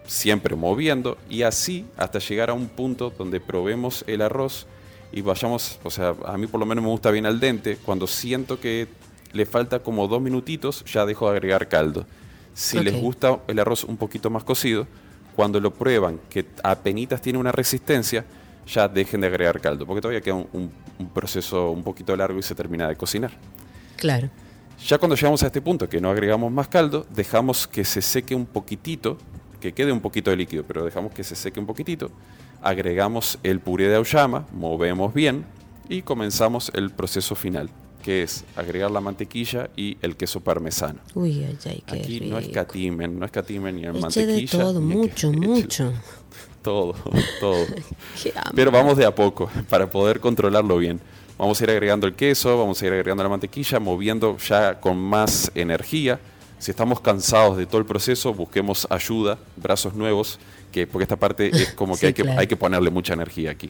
siempre moviendo y así hasta llegar a un punto donde probemos el arroz y vayamos, o sea, a mí por lo menos me gusta bien al dente. Cuando siento que le falta como 2 minutitos, ya dejo de agregar caldo. Si les gusta el arroz un poquito más cocido, cuando lo prueban que apenitas tiene una resistencia, ya dejen de agregar caldo, porque todavía queda un proceso un poquito largo y se termina de cocinar. Claro. Ya cuando llegamos a este punto, que no agregamos más caldo, dejamos que se seque un poquitito, que quede un poquito de líquido, pero dejamos que se seque un poquitito. Agregamos el puré de auyama, movemos bien y comenzamos el proceso final, que es agregar la mantequilla y el queso parmesano. Uy, ay, ay, qué Aquí rico. no escatimen ni en Eche mantequilla. de todo, ni mucho, que- mucho. Todo. Qué hambre. Pero vamos de a poco para poder controlarlo bien. Vamos a ir agregando el queso, vamos a ir agregando la mantequilla, moviendo ya con más energía. Si estamos cansados de todo el proceso, busquemos ayuda, brazos nuevos, porque esta parte es como que, Sí, claro. hay que ponerle mucha energía aquí.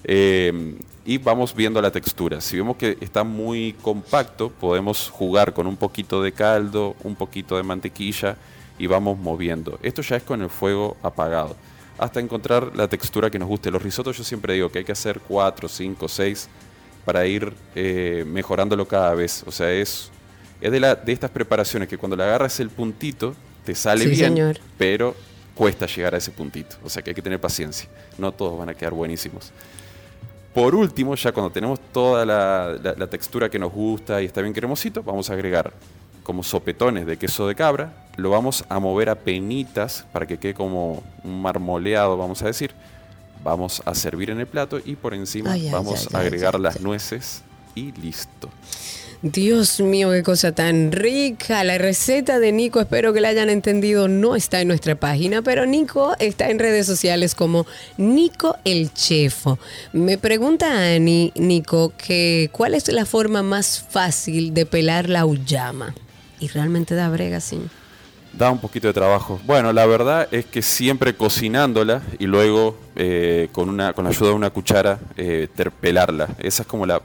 Y vamos viendo la textura. Si vemos que está muy compacto, podemos jugar con un poquito de caldo, un poquito de mantequilla y vamos moviendo. Esto ya es con el fuego apagado, hasta encontrar la textura que nos guste. Los risotos yo siempre digo que hay que hacer 4, 5, 6 para ir mejorándolo cada vez. O sea, es de estas preparaciones que cuando le agarras el puntito te sale Sí, bien, señor. pero cuesta llegar a ese puntito. O sea que hay que tener paciencia. No todos van a quedar buenísimos. Por último, ya cuando tenemos toda la textura que nos gusta y está bien cremosito, vamos a agregar como sopetones de queso de cabra. Lo vamos a mover a penitas para que quede como un marmoleado, vamos a decir. Vamos a servir en el plato y por encima Ay, ay, vamos ay, a ay, agregar ay, las ay. nueces y listo. Dios mío, qué cosa tan rica. La receta de Nico, espero que la hayan entendido, no está en nuestra página, pero Nico está en redes sociales como Nico el Chefo. Me pregunta Ani, Nico, que ¿cuál es la forma más fácil de pelar la auyama? Y realmente da brega, sí. Da un poquito de trabajo. Bueno, la verdad es que siempre cocinándola y luego con la ayuda de una cuchara pelarla. Esa es como la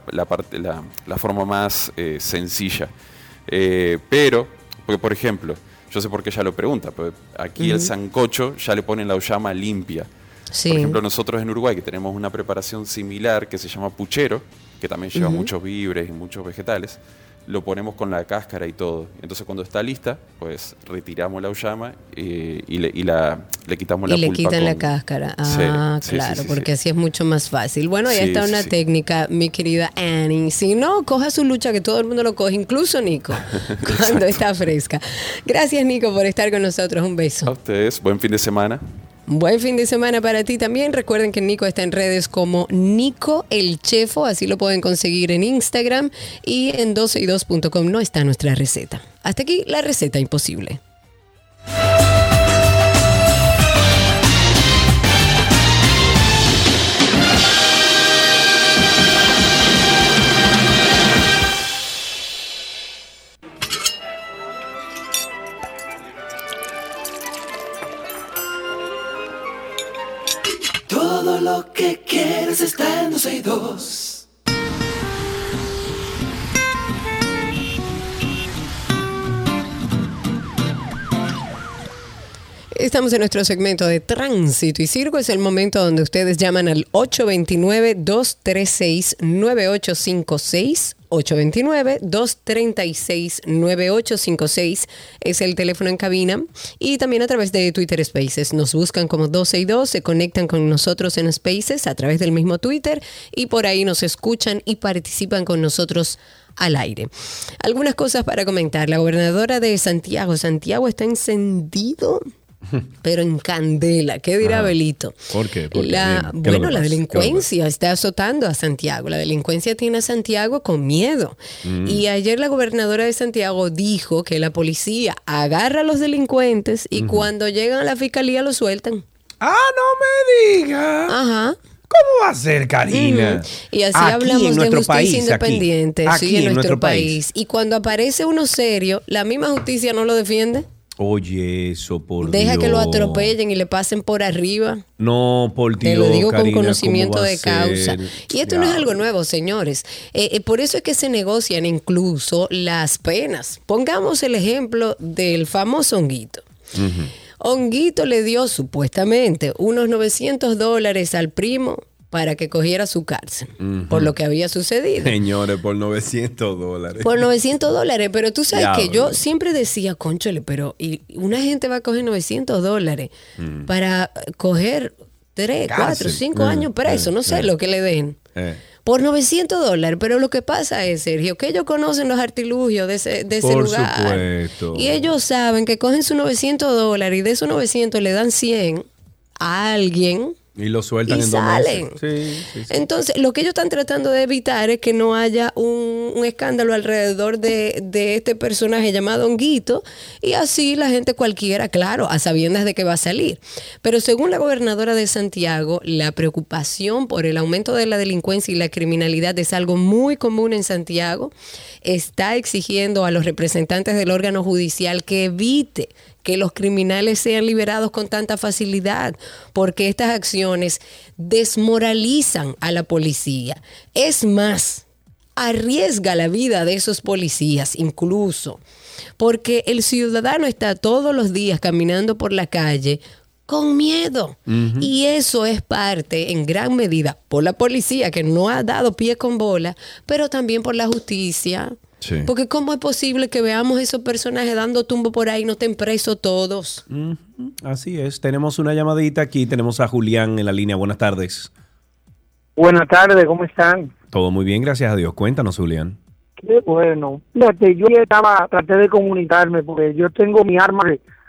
forma más sencilla. Pero, porque por ejemplo, yo sé por qué ella lo pregunta, pero aquí el sancocho ya le ponen la auyama limpia. Sí. Por ejemplo, nosotros en Uruguay que tenemos una preparación similar que se llama puchero, que también lleva muchos víveres y muchos vegetales, lo ponemos con la cáscara y todo. Entonces cuando está lista, pues retiramos la auyama y le quitamos la Y pulpa. le quitan la con- cáscara. Sí, Ah, sí, claro, sí, sí, porque sí. así es mucho más fácil. Bueno, ahí Sí, está sí, una sí. técnica, mi querida Annie. Si no, coja su lucha, que todo el mundo lo coge, incluso Nico, cuando está fresca. Gracias, Nico, por estar con nosotros. Un A beso. ustedes, buen fin de semana. Buen fin de semana para ti también. Recuerden que Nico está en redes como Nico el Chefo, así lo pueden conseguir en Instagram, y en 12y2.com no está nuestra receta. Hasta aquí la receta imposible. Todo lo que quieres está en 12y2. Estamos en nuestro segmento de Tránsito y Circo. Es el momento donde ustedes llaman al 829-236-9856. 829-236-9856 es el teléfono en cabina, y también a través de Twitter Spaces. Nos buscan como 12y2, se conectan con nosotros en Spaces a través del mismo Twitter y por ahí nos escuchan y participan con nosotros al aire. Algunas cosas para comentar. La gobernadora de Santiago está encendido, pero en candela. ¿Qué dirá Belito? ¿Por qué? ¿Por qué? La, Dime, ¿qué es lo bueno, que la pasa? delincuencia está azotando a Santiago. La delincuencia tiene a Santiago con miedo. Y ayer la gobernadora de Santiago dijo que la policía agarra a los delincuentes y cuando llegan a la fiscalía los sueltan. ¡Ah, no me diga! Ajá. ¿Cómo va a ser, Karina? Ujú. Y así Aquí, hablamos en de nuestro justicia país, independiente, aquí sí, en nuestro país. país. Y cuando aparece uno serio, la misma justicia no lo defiende. Oye, eso por Deja Dios. que lo atropellen y le pasen por arriba. No, por Dios, Te lo digo Karina, con conocimiento ¿cómo va a de causa. ser? Y esto no es Ya. algo nuevo, señores. Por eso es que se negocian incluso las penas. Pongamos el ejemplo del famoso honguito. Honguito le dio supuestamente unos $900 al primo para que cogiera su cárcel por lo que había sucedido. Señores, por $900. Por $900, pero tú sabes Diablo. que yo siempre decía, cónchale, pero y una gente va a coger $900 para coger 3, Cárcel. 4, 5 años preso, no sé lo que le den. Por $900, pero lo que pasa es, Sergio, que ellos conocen los artilugios de ese Por lugar. supuesto. Y ellos saben que cogen sus $900 y de esos 900 le dan 100 a alguien. Y lo sueltan Y en 2 salen. meses. Sí. Entonces, lo que ellos están tratando de evitar es que no haya un escándalo alrededor de este personaje llamado Honguito, y así la gente cualquiera, claro, a sabiendas de que va a salir. Pero según la gobernadora de Santiago, la preocupación por el aumento de la delincuencia y la criminalidad es algo muy común en Santiago. Está exigiendo a los representantes del órgano judicial que evite que los criminales sean liberados con tanta facilidad, porque estas acciones desmoralizan a la policía. Es más, arriesga la vida de esos policías incluso, porque el ciudadano está todos los días caminando por la calle con miedo. Y eso es parte, en gran medida, por la policía, que no ha dado pie con bola, pero también por la justicia. Sí. Porque ¿cómo es posible que veamos esos personajes dando tumbo por ahí y no estén presos todos? Así es. Tenemos una llamadita aquí. Tenemos a Julián en la línea. Buenas tardes. Buenas tardes, ¿cómo están? Todo muy bien, gracias a Dios. Cuéntanos, Julián. Qué bueno. Fíjate, yo traté de comunicarme porque yo tengo mi arma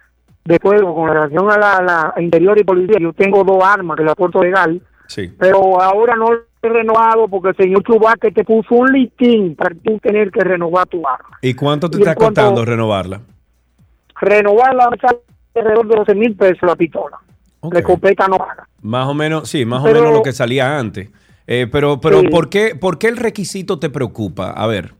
de fuego con relación a la interior y policía. Yo tengo 2 armas que las porto legal, Sí. pero ahora no lo he renovado porque el señor Chubaque te puso un listín para tú tener que renovar tu arma. ¿Y cuánto te Y está en cuanto- costando renovarla? Renovarla me sale alrededor de $12,000 la pistola. Ok. La escopeta no paga. Más o menos, sí, más o Pero- menos lo que salía antes. Pero Sí. ¿por qué el requisito te preocupa? A ver.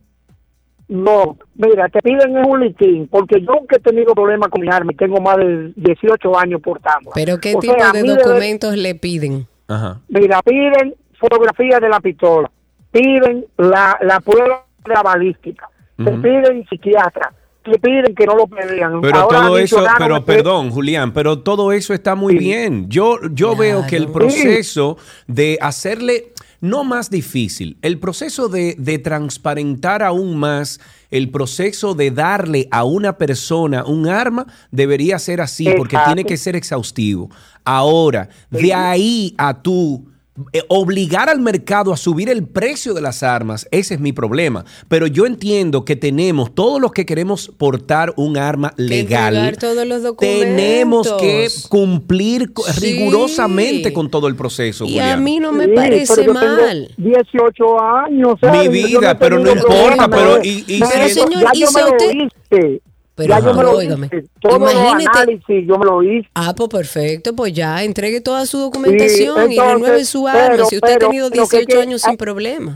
No, mira, te piden un listín, porque yo que he tenido problemas con mi arma y tengo más de 18 años portando. ¿Pero qué O tipo sea, a de mí documentos le piden? Ajá. Mira, piden fotografía de la pistola, piden la prueba de la balística, te Ujú. piden psiquiatra, te piden que no lo pelean. Pero todo eso, pero perdón, Julián, pero todo eso está muy bien. Yo veo que el proceso de hacerle no más difícil, el proceso de transparentar aún más, el proceso de darle a una persona un arma debería ser así, porque Exacto. tiene que ser exhaustivo. Ahora, de ahí a tú obligar al mercado a subir el precio de las armas, ese es mi problema. Pero yo entiendo que tenemos, todos los que queremos portar un arma legal, entregar todos los documentos. tenemos que cumplir Sí. rigurosamente con todo el proceso, Y a Julián. mí no me Sí, parece pero yo tengo mal. 18 años. Mi ¿sabes? Yo vida, he pero no tenido importa, problemas, pero me- y me- Pero, señor, ya ¿y yo si me lo usted- hice. Pero, Ya yo me lo óigame, hice. Todos los imagínate- análisis yo me lo hice. Ah, pues perfecto, pues ya, entregue toda su documentación y entonces, renueve su arma. pero- Si usted ha pero- tenido pero que- 18 años sin problema.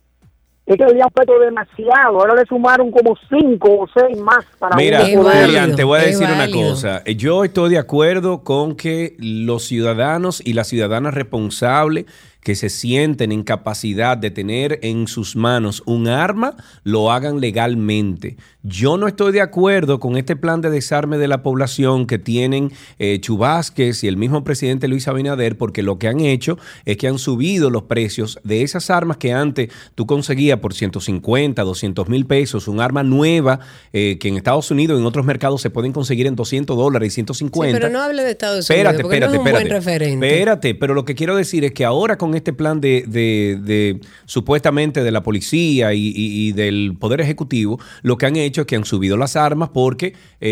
Es que le han puesto demasiado. Ahora le sumaron como 5 o 6 más para Mira, uno Es poder- válido, Julián, te voy a es decir una válido. cosa. Yo estoy de acuerdo con que los ciudadanos y las ciudadanas responsables que se sienten en capacidad de tener en sus manos un arma, lo hagan legalmente. Yo no estoy de acuerdo con este plan de desarme de la población que tienen Chu Vázquez y el mismo presidente Luis Abinader, porque lo que han hecho es que han subido los precios de esas armas que antes tú conseguías por 150, 200 mil pesos, un arma nueva que en Estados Unidos y en otros mercados se pueden conseguir en $200 y 150. Sí, pero no hable de Estados Unidos, porque no es un buen referente. Espérate, pero lo que quiero decir es que ahora con este plan de supuestamente de la policía y del Poder Ejecutivo, lo que han hecho es que han subido las armas porque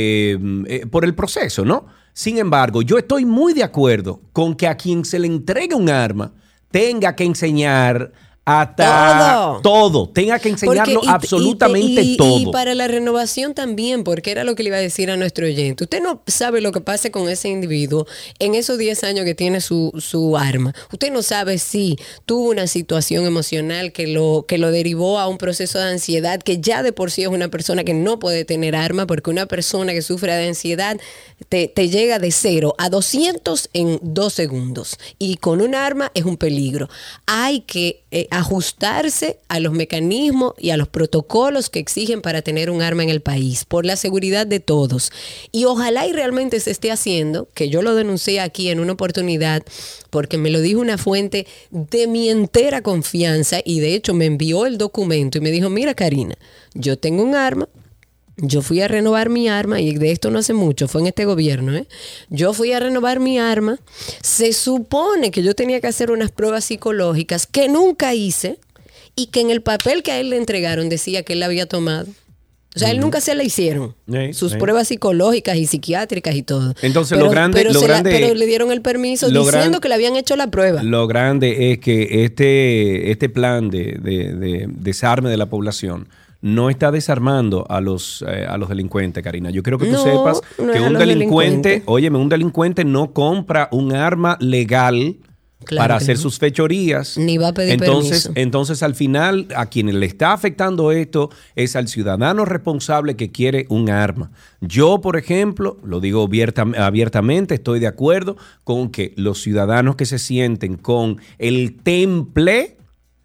por el proceso, ¿no? Sin embargo, yo estoy muy de acuerdo con que a quien se le entregue un arma tenga que enseñar hasta todo, tenga que enseñarlo Porque- absolutamente y todo. para la renovación también, porque era lo que le iba a decir a nuestro oyente. Usted no sabe lo que pase con ese individuo en esos 10 años que tiene su arma. Usted no sabe si tuvo una situación emocional que lo derivó a un proceso de ansiedad, que ya de por sí es una persona que no puede tener arma, porque una persona que sufre de ansiedad te llega de 0 a 200 en 2 segundos. Y con un arma es un peligro. Hay que ajustarse a los mecanismos y a los protocolos que exigen para tener un arma en el país, por la seguridad de todos. Y ojalá y realmente se esté haciendo, que yo lo denuncié aquí en una oportunidad, porque me lo dijo una fuente de mi entera confianza y de hecho me envió el documento y me dijo, mira Karina, yo tengo un arma. Yo fui a renovar mi arma, y de esto no hace mucho, fue en este gobierno, ¿eh? Yo fui a renovar mi arma. Se supone que yo tenía que hacer unas pruebas psicológicas que nunca hice y que en el papel que a él le entregaron decía que él la había tomado. O sea, él nunca se la hicieron. Sus pruebas psicológicas y psiquiátricas y todo. Entonces, pero le dieron el permiso diciendo que le habían hecho la prueba. Lo grande es que este plan de desarme de la población no está desarmando a los delincuentes, Karina. Yo quiero que tú sepas que un delincuente, óyeme, un delincuente no compra un arma legal para hacer sus fechorías. Ni va a pedir permiso. Entonces, al final, a quien le está afectando esto es al ciudadano responsable que quiere un arma. Yo, por ejemplo, lo digo abiertamente, estoy de acuerdo con que los ciudadanos que se sienten con el temple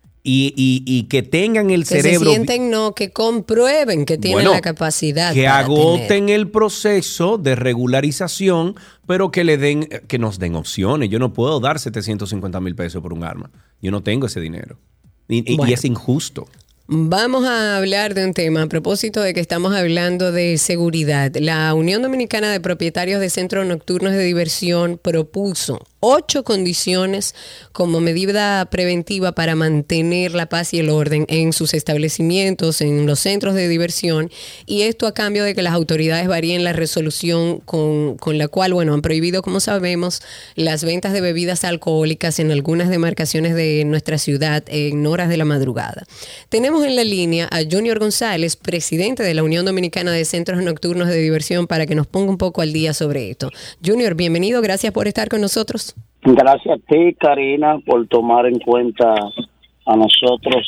y que tengan el cerebro... Que se sienten, que comprueben que tienen la capacidad. Que agoten el proceso de regularización, pero que nos den opciones. Yo no puedo dar 750 mil pesos por un arma. Yo no tengo ese dinero. Y es injusto. Vamos a hablar de un tema a propósito de que estamos hablando de seguridad. La Unión Dominicana de Propietarios de Centros Nocturnos de Diversión propuso 8 condiciones como medida preventiva para mantener la paz y el orden en sus establecimientos, en los centros de diversión, y esto a cambio de que las autoridades varíen la resolución con la cual, han prohibido, como sabemos, las ventas de bebidas alcohólicas en algunas demarcaciones de nuestra ciudad en horas de la madrugada. Tenemos en la línea a Junior González, presidente de la Unión Dominicana de Centros Nocturnos de Diversión, para que nos ponga un poco al día sobre esto. Junior, bienvenido, gracias por estar con nosotros. Gracias a ti, Karina, por tomar en cuenta a nosotros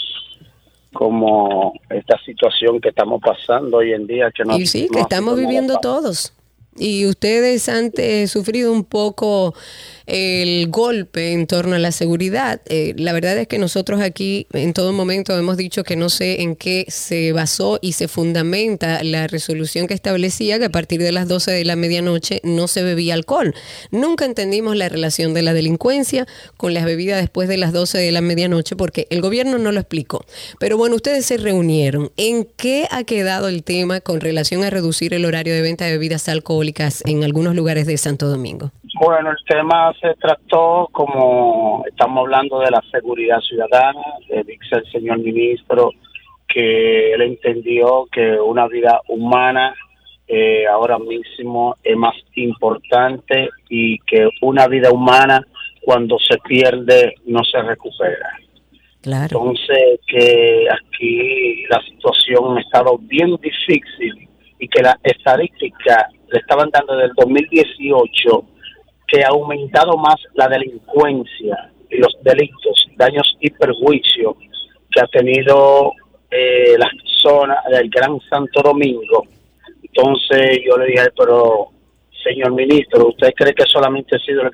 como esta situación que estamos pasando hoy en día. Que estamos viviendo todos. Y ustedes han sufrido un poco el golpe en torno a la seguridad. La verdad es que nosotros aquí en todo momento hemos dicho que no sé en qué se basó y se fundamenta la resolución que establecía que a partir de las 12 de la medianoche no se bebía alcohol. Nunca entendimos la relación de la delincuencia con las bebidas después de las 12 de la medianoche porque el gobierno no lo explicó. Pero ustedes se reunieron. ¿En qué ha quedado el tema con relación a reducir el horario de venta de bebidas alcohólicas en algunos lugares de Santo Domingo? Bueno, el tema se trató, como estamos hablando de la seguridad ciudadana, dice el señor ministro que él entendió que una vida humana ahora mismo es más importante y que una vida humana cuando se pierde no se recupera. Claro. Entonces que aquí la situación ha estado bien difícil y que la estadística le estaban dando desde el 2018 que ha aumentado más la delincuencia y los delitos, daños y perjuicios que ha tenido la zona del Gran Santo Domingo. Entonces yo le dije, pero señor ministro, ¿usted cree que solamente ha sido el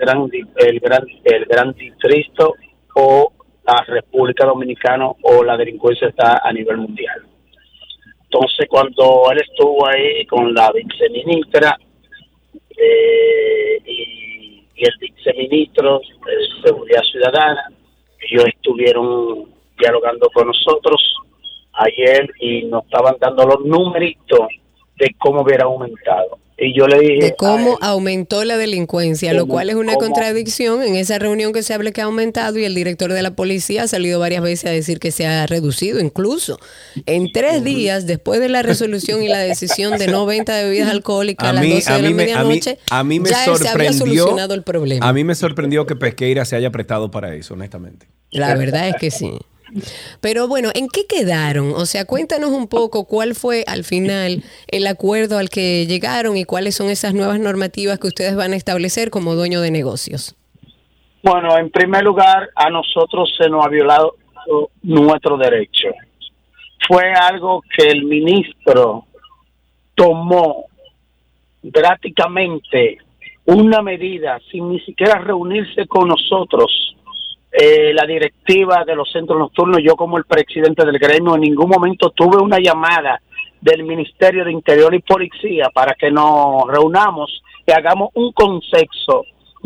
gran distrito o la República Dominicana o la delincuencia está a nivel mundial? Entonces cuando él estuvo ahí con la viceministra y el viceministro de Seguridad Ciudadana, ellos estuvieron dialogando con nosotros ayer y nos estaban dando los numeritos de cómo hubiera aumentado. Y yo le dije... De cómo aumentó la delincuencia, lo cual es una contradicción en esa reunión que se habla que ha aumentado y el director de la policía ha salido varias veces a decir que se ha reducido. Incluso en 3 días después de la resolución y la decisión de no venta de bebidas alcohólicas a las 12 de la medianoche, a mí me ya se había solucionado el problema. A mí me sorprendió que Pesqueira se haya prestado para eso, honestamente. La verdad es que sí. Pero ¿en qué quedaron? O sea, cuéntanos un poco cuál fue al final el acuerdo al que llegaron y cuáles son esas nuevas normativas que ustedes van a establecer como dueño de negocios. Bueno, en primer lugar, a nosotros se nos ha violado nuestro derecho. Fue algo que el ministro tomó drásticamente una medida sin ni siquiera reunirse con nosotros la directiva de los centros nocturnos, yo como el presidente del gremio, en ningún momento tuve una llamada del Ministerio de Interior y Policía para que nos reunamos y hagamos un consenso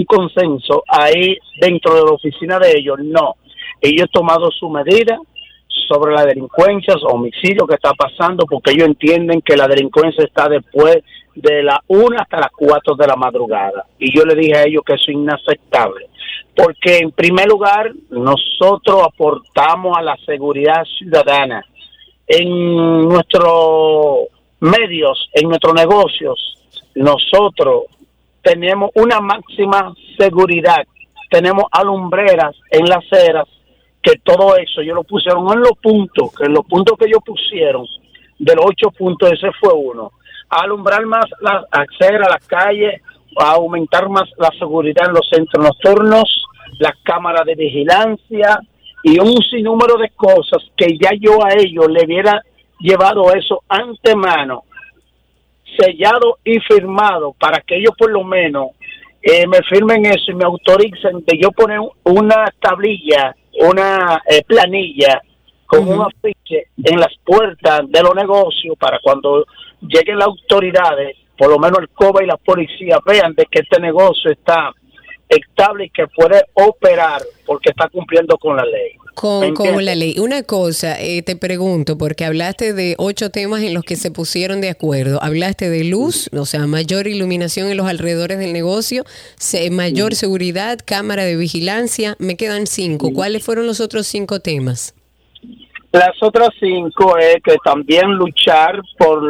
ahí dentro de la oficina de ellos. No, ellos han tomado su medida sobre la delincuencia, homicidio que está pasando, porque ellos entienden que la delincuencia está después de la 1 hasta las 4 de la madrugada. Y yo le dije a ellos que eso es inaceptable, porque en primer lugar nosotros aportamos a la seguridad ciudadana en nuestros medios, en nuestros negocios. Nosotros tenemos una máxima seguridad, tenemos alumbreras en las aceras, que todo eso ellos lo pusieron en los puntos, que en los puntos que ellos pusieron, de los 8 puntos, ese fue uno. A alumbrar más las aceras, las calles, a aumentar más la seguridad en los centros nocturnos, las cámaras de vigilancia y un sinnúmero de cosas que ya yo a ellos le hubiera llevado eso antemano, sellado y firmado, para que ellos por lo menos me firmen eso y me autoricen de yo poner una tablilla, una planilla con un afiche en las puertas de los negocios, para cuando lleguen las autoridades, por lo menos el COBA y la policía, vean de que este negocio está estable y que puede operar porque está cumpliendo con la ley. Con la ley. Una cosa, te pregunto, porque hablaste de 8 temas en los que se pusieron de acuerdo. Hablaste de luz, o sea, mayor iluminación en los alrededores del negocio, mayor seguridad, cámara de vigilancia. Me quedan 5. ¿Cuáles fueron los otros 5 temas? Las otras 5 es que también luchar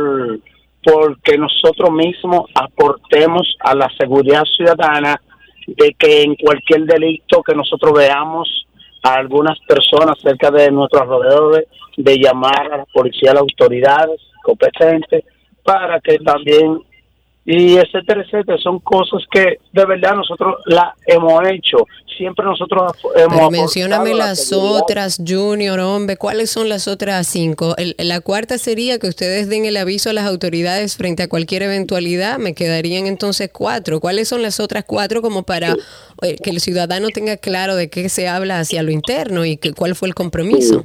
porque nosotros mismos aportemos a la seguridad ciudadana, de que en cualquier delito que nosotros veamos a algunas personas cerca de nuestros alrededores, de llamar a la policía, a las autoridades competentes, para que también, y etcétera, etcétera. Son cosas que de verdad nosotros las hemos hecho. Siempre nosotros hemos... Pero mencióname las otras, Junior, hombre. ¿Cuáles son las otras 5? La cuarta sería que ustedes den el aviso a las autoridades frente a cualquier eventualidad. Me quedarían entonces 4. ¿Cuáles son las otras 4 como para que el ciudadano tenga claro de qué se habla hacia lo interno y cuál fue el compromiso?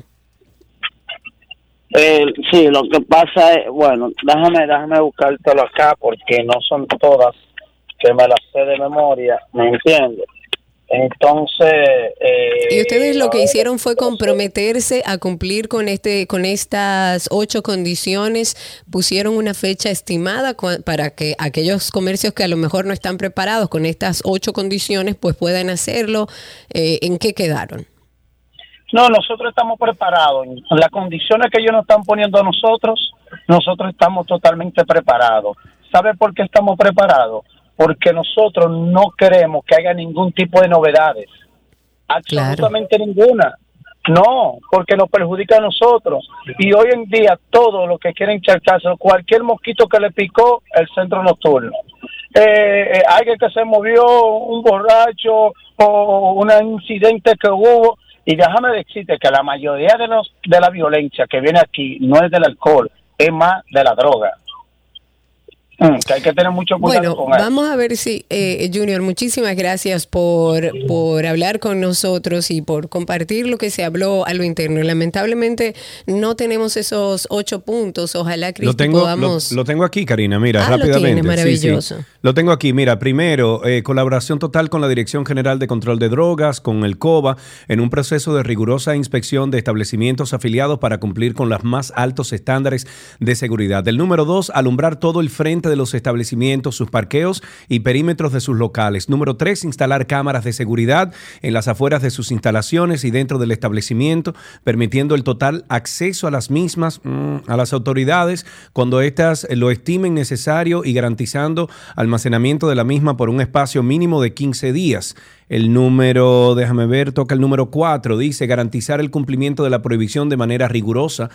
Sí, lo que pasa es, bueno, déjame buscártelo acá, porque no son todas que me las sé de memoria, ¿me entiendes? Entonces... y ustedes lo que hicieron fue comprometerse a cumplir con estas 8 condiciones. Pusieron una fecha estimada para que aquellos comercios que a lo mejor no están preparados con estas 8 condiciones pues puedan hacerlo. ¿En qué quedaron? No, nosotros estamos preparados. Las condiciones que ellos nos están poniendo a nosotros estamos totalmente preparados. ¿Sabe por qué estamos preparados? Porque nosotros no queremos que haya ningún tipo de novedades. Absolutamente ninguna. No, porque nos perjudica a nosotros. Y hoy en día todo lo que quieren charcarse, cualquier mosquito que le picó, el centro nocturno. Alguien que se movió, un borracho o un incidente que hubo. Y déjame decirte que la mayoría de la violencia que viene aquí no es del alcohol, es más de la droga. Que hay que tener mucho cuidado con eso. Vamos a ver si, Junior, muchísimas gracias por hablar con nosotros y por compartir lo que se habló a lo interno. Lamentablemente no tenemos esos 8 puntos. Ojalá, Cristi, podamos... Lo tengo aquí, Karina, mira, rápidamente. Lo tienes, maravilloso. Sí. Lo tengo aquí, mira, primero, colaboración total con la Dirección General de Control de Drogas, con el COBA, en un proceso de rigurosa inspección de establecimientos afiliados para cumplir con los más altos estándares de seguridad. El número 2, alumbrar todo el frente de los establecimientos, sus parqueos y perímetros de sus locales. Número 3, instalar cámaras de seguridad en las afueras de sus instalaciones y dentro del establecimiento, permitiendo el total acceso a las mismas a las autoridades cuando éstas lo estimen necesario y garantizando almacenamiento de la misma por un espacio mínimo de 15 días. El número, déjame ver, toca el número 4, dice garantizar el cumplimiento de la prohibición de manera rigurosa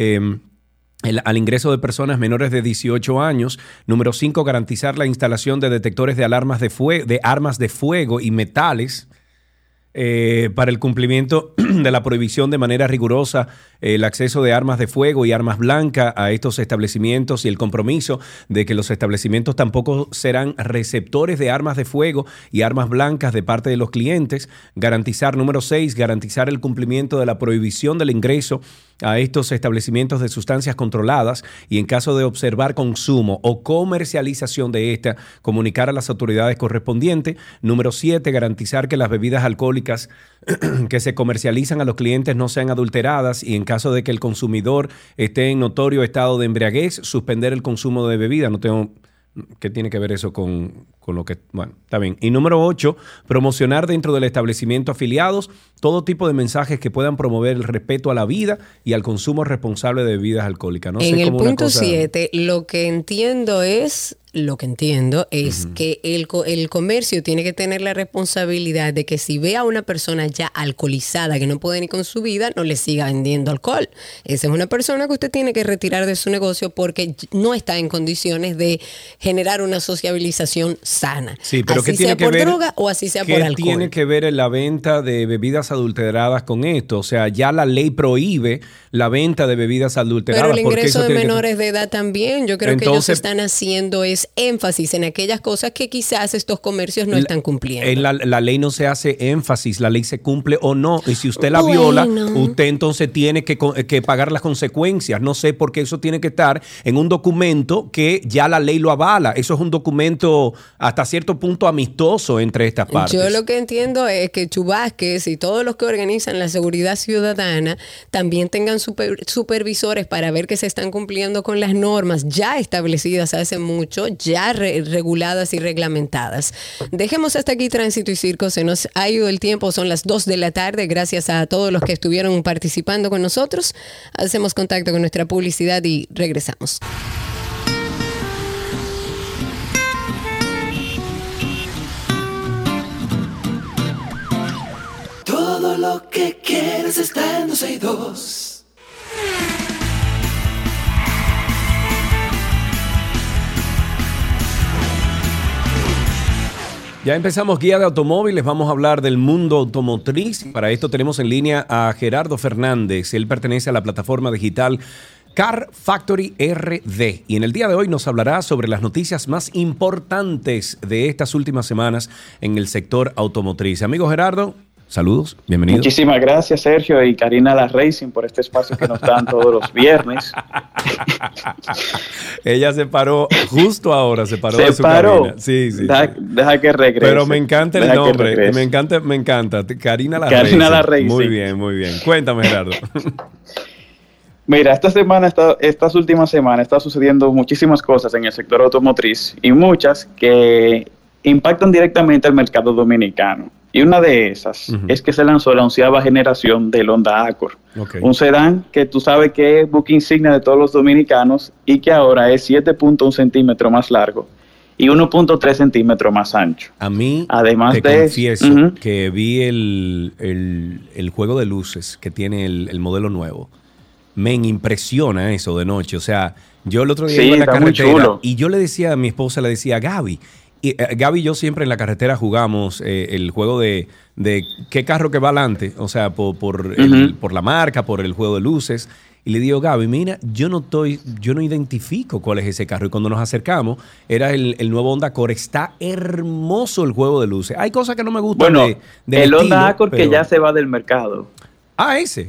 al ingreso de personas menores de 18 años. Número 5, garantizar la instalación de detectores de alarmas de armas de fuego y metales. para el cumplimiento de la prohibición de manera rigurosa el acceso de armas de fuego y armas blancas a estos establecimientos y el compromiso de que los establecimientos tampoco serán receptores de armas de fuego y armas blancas de parte de los clientes. Garantizar, número 6, garantizar el cumplimiento de la prohibición del ingreso a estos establecimientos de sustancias controladas y en caso de observar consumo o comercialización de esta, comunicar a las autoridades correspondientes. Número 7, garantizar que las bebidas alcohólicas que se comercializan a los clientes no sean adulteradas y en caso de que el consumidor esté en notorio estado de embriaguez, suspender el consumo de bebida. No tengo... ¿Qué tiene que ver eso con lo que...? Bueno, está bien. Y número 8, promocionar dentro del establecimiento afiliados todo tipo de mensajes que puedan promover el respeto a la vida y al consumo responsable de bebidas alcohólicas. No en sé, el como una punto cosa... 7, lo que entiendo es que el comercio tiene que tener la responsabilidad de que si ve a una persona ya alcoholizada que no puede ni con su vida, no le siga vendiendo alcohol. Esa es una persona que usted tiene que retirar de su negocio porque no está en condiciones de generar una sociabilización sana. Sí, pero así ¿qué tiene sea que por ver, droga o así sea por ¿qué alcohol? tiene que ver en la venta de bebidas adulteradas con esto? O sea, ya la ley prohíbe la venta de bebidas adulteradas. Pero el porque ingreso eso de tiene que- menores de edad también. Yo creo que ellos Entonces, están haciendo énfasis en aquellas cosas que quizás estos comercios no están cumpliendo. En la ley no se hace énfasis, la ley se cumple o no. Y si usted la Bueno. viola, usted entonces tiene que pagar las consecuencias. No sé por qué eso tiene que estar en un documento que ya la ley lo avala. Eso es un documento hasta cierto punto amistoso entre estas partes. Yo lo que entiendo es que Chubásquez y todos los que organizan la seguridad ciudadana también tengan supervisores para ver que se están cumpliendo con las normas ya establecidas hace mucho, ya reguladas y reglamentadas. Dejemos hasta aquí Tránsito y Circo. Se nos ha ido el tiempo, son las 2 de la tarde. Gracias a todos los que estuvieron participando con nosotros. Hacemos contacto con nuestra publicidad y regresamos. Todo lo que quieres está en 262. Ya empezamos Guía de Automóviles, vamos a hablar del mundo automotriz. Para esto tenemos en línea a Gerardo Fernández. Él pertenece a la plataforma digital Car Factory RD. Y en el día de hoy nos hablará sobre las noticias más importantes de estas últimas semanas en el sector automotriz. Amigo Gerardo, saludos, bienvenido. Muchísimas gracias, Sergio y Karina La Racing, por este espacio que nos dan todos los viernes. Ella se paró justo ahora, se paró de su paró. cabina. Sí. Deja que regrese. Pero me encanta el Deja que nombre, regrese. me encanta. Karina La Racing. Muy bien. Cuéntame, Gerardo. Mira, estas últimas semanas está sucediendo muchísimas cosas en el sector automotriz y muchas que impactan directamente al mercado dominicano. Y una de esas es que se lanzó la 11ª generación del Honda Accord. Okay. Un sedán que tú sabes que es buque insignia de todos los dominicanos y que ahora es 7.1 centímetros más largo y 1.3 centímetros más ancho. A mí, además te de confieso que vi el juego de luces que tiene el modelo nuevo. Me impresiona eso de noche. O sea, yo el otro día iba en la carretera y yo le decía a mi esposa, Gaby, Gaby y yo siempre en la carretera jugamos el juego de qué carro que va adelante, o sea, por la marca, por el juego de luces. Y le digo, Gaby, mira, yo no identifico cuál es ese carro. Y cuando nos acercamos, era el nuevo Honda Accord. Está hermoso el juego de luces. Hay cosas que no me gustan del el Honda estilo, Accord pero... que ya se va del mercado. Ah, ese.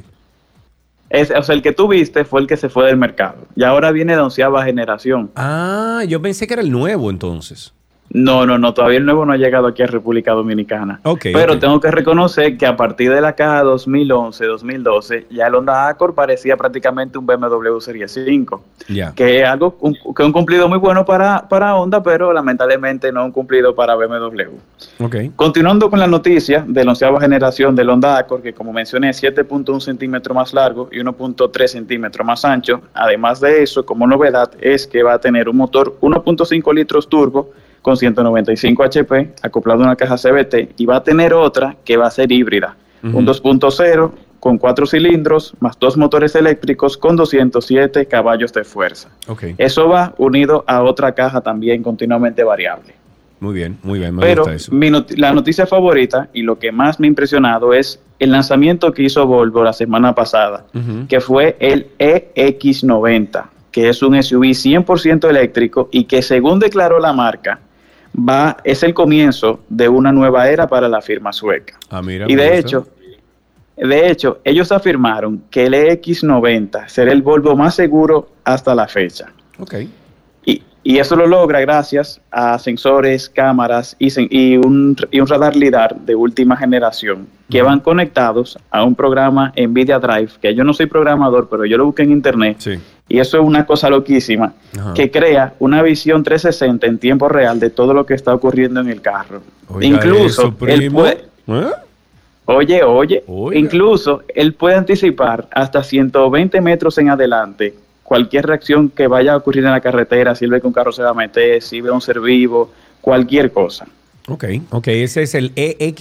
O sea, el que tú viste fue el que se fue del mercado. Y ahora viene la 11ª generación. Ah, yo pensé que era el nuevo entonces. No, todavía el nuevo no ha llegado aquí a República Dominicana. Pero tengo que reconocer que a partir de la caja 2011-2012, ya el Honda Accord parecía prácticamente un BMW Serie 5. Que es algo que un cumplido muy bueno para Honda, pero lamentablemente no un cumplido para BMW. Continuando con la noticia de la 11ª generación del Honda Accord, que como mencioné es 7.1 centímetros más largo y 1.3 centímetros más ancho. Además de eso, como novedad, es que va a tener un motor 1.5 litros turbo con 195 HP, acoplado a una caja CVT, y va a tener otra que va a ser híbrida, un 2.0 con 4 cilindros, más 2 motores eléctricos con 207 caballos de fuerza. Eso va unido a otra caja también continuamente variable. Muy bien, me Pero gusta eso. la noticia favorita y lo que más me ha impresionado es el lanzamiento que hizo Volvo la semana pasada, que fue el EX90, que es un SUV 100% eléctrico y que, según declaró la marca, es el comienzo de una nueva era para la firma sueca. Mira, y de hecho, ellos afirmaron que el EX90 será el Volvo más seguro hasta la fecha. Okay. Y eso lo logra gracias a sensores, cámaras y un radar LiDAR de última generación que van conectados a un programa NVIDIA Drive, que yo no soy programador, pero yo lo busqué en internet. Sí. Y eso es una cosa loquísima, que crea una visión 360 en tiempo real de todo lo que está ocurriendo en el carro. Oiga, incluso él puede... Oye, incluso él puede anticipar hasta 120 metros en adelante cualquier reacción que vaya a ocurrir en la carretera, si él ve que un carro se va a meter, si ve un ser vivo, cualquier cosa. Ok, ese es el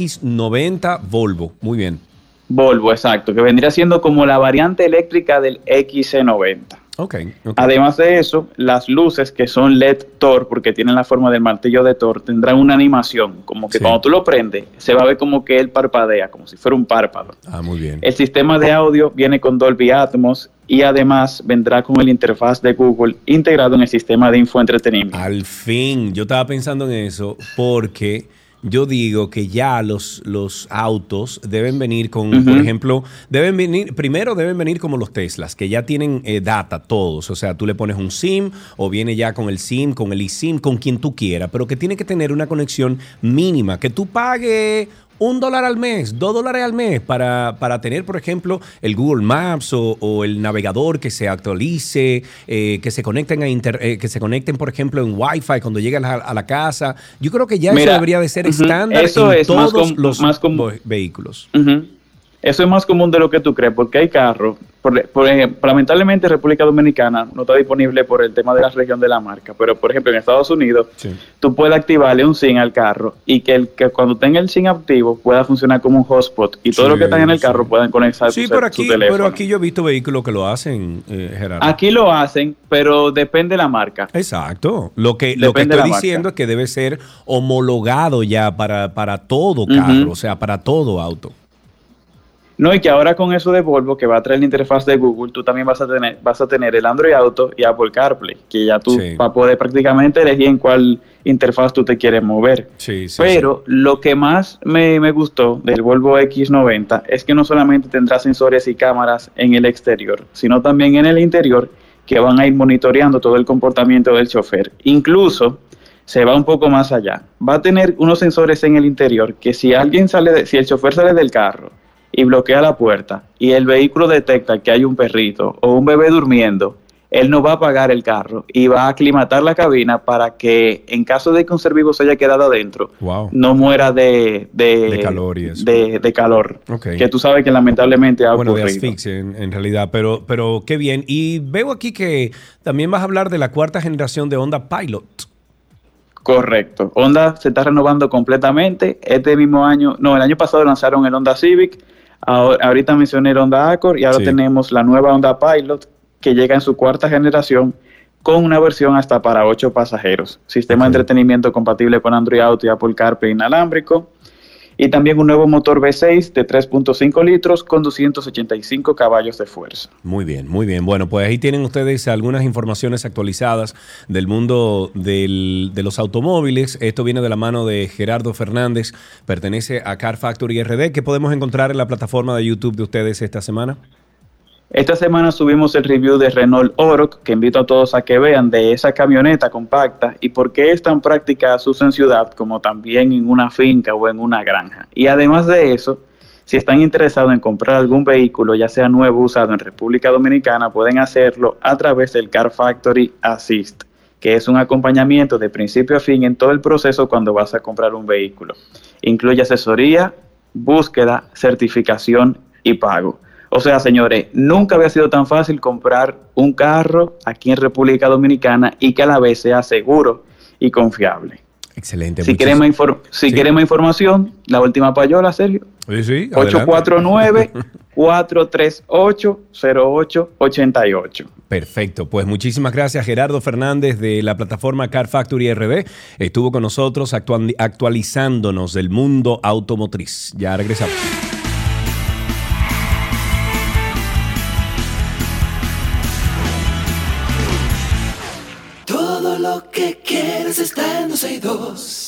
EX90 Volvo, muy bien. Volvo, exacto, que vendría siendo como la variante eléctrica del XC90. Okay. Además de eso, las luces que son LED Thor, porque tienen la forma del martillo de Thor, tendrán una animación, como que cuando tú lo prendes, se va a ver como que él parpadea, como si fuera un párpado. Muy bien. El sistema de audio viene con Dolby Atmos y además vendrá con el interfaz de Google integrado en el sistema de infoentretenimiento. Al fin, yo estaba pensando en eso porque yo digo que ya los autos deben venir con, por ejemplo, deben venir como los Teslas, que ya tienen data todos. O sea, tú le pones un SIM o viene ya con el SIM, con el eSIM, con quien tú quieras, pero que tiene que tener una conexión mínima, que tú pagues $1 al mes, $2 al mes para tener, por ejemplo, el Google Maps o el navegador que se actualice, que se conecten por ejemplo, en Wi-Fi cuando lleguen a la casa. Yo creo que ya eso debería de ser estándar en todos los vehículos. Eso es más común de lo que tú crees, porque hay carros, por ejemplo, lamentablemente República Dominicana no está disponible por el tema de la región de la marca, pero por ejemplo en Estados Unidos tú puedes activarle un SIM al carro y que cuando tenga el SIM activo pueda funcionar como un hotspot y todo lo que están en el carro puedan conectar su teléfono. Pero aquí yo he visto vehículos que lo hacen, Gerardo. Aquí lo hacen, pero depende de la marca. Exacto. Lo que estoy diciendo es que debe ser homologado ya para todo carro, o sea, para todo auto. No, y que ahora con eso de Volvo, que va a traer la interfaz de Google, tú también vas a tener el Android Auto y Apple CarPlay, que ya tú vas a poder prácticamente elegir en cuál interfaz tú te quieres mover. Pero lo que más me gustó del Volvo X90 es que no solamente tendrá sensores y cámaras en el exterior, sino también en el interior, que van a ir monitoreando todo el comportamiento del chofer. Incluso se va un poco más allá. Va a tener unos sensores en el interior que si el chofer sale del carro y bloquea la puerta y el vehículo detecta que hay un perrito o un bebé durmiendo, él no va a apagar el carro y va a aclimatar la cabina para que en caso de que un ser vivo se haya quedado adentro, no muera de calor y eso. De calor, que tú sabes que lamentablemente ha ocurrido. De asfixia en realidad, pero qué bien. Y veo aquí que también vas a hablar de la cuarta generación de Honda Pilot. Correcto. Honda se está renovando completamente. El año pasado lanzaron el Honda Civic. Ahorita mencioné el Honda Accord y ahora tenemos la nueva Honda Pilot que llega en su cuarta generación con una versión hasta para 8 pasajeros. Sistema de entretenimiento compatible con Android Auto y Apple CarPlay inalámbrico. Y también un nuevo motor V6 de 3.5 litros con 285 caballos de fuerza. Muy bien, muy bien. Bueno, pues ahí tienen ustedes algunas informaciones actualizadas del mundo de los automóviles. Esto viene de la mano de Gerardo Fernández, pertenece a Car Factory RD. ¿Qué podemos encontrar en la plataforma de YouTube de ustedes esta semana? Esta semana subimos el review de Renault Oroch, que invito a todos a que vean, de esa camioneta compacta y por qué es tan práctica su uso en ciudad como también en una finca o en una granja. Y además de eso, si están interesados en comprar algún vehículo, ya sea nuevo o usado en República Dominicana, pueden hacerlo a través del Car Factory Assist, que es un acompañamiento de principio a fin en todo el proceso cuando vas a comprar un vehículo. Incluye asesoría, búsqueda, certificación y pago. O sea, señores, nunca había sido tan fácil comprar un carro aquí en República Dominicana y que a la vez sea seguro y confiable. Excelente. Si quieren más información, la última payola, Sergio. Sí, 849-438-0888. Perfecto, pues muchísimas gracias. Gerardo Fernández de la plataforma Car Factory RD estuvo con nosotros actualizándonos del mundo automotriz. Ya regresamos. Todo lo que quieres está en 262.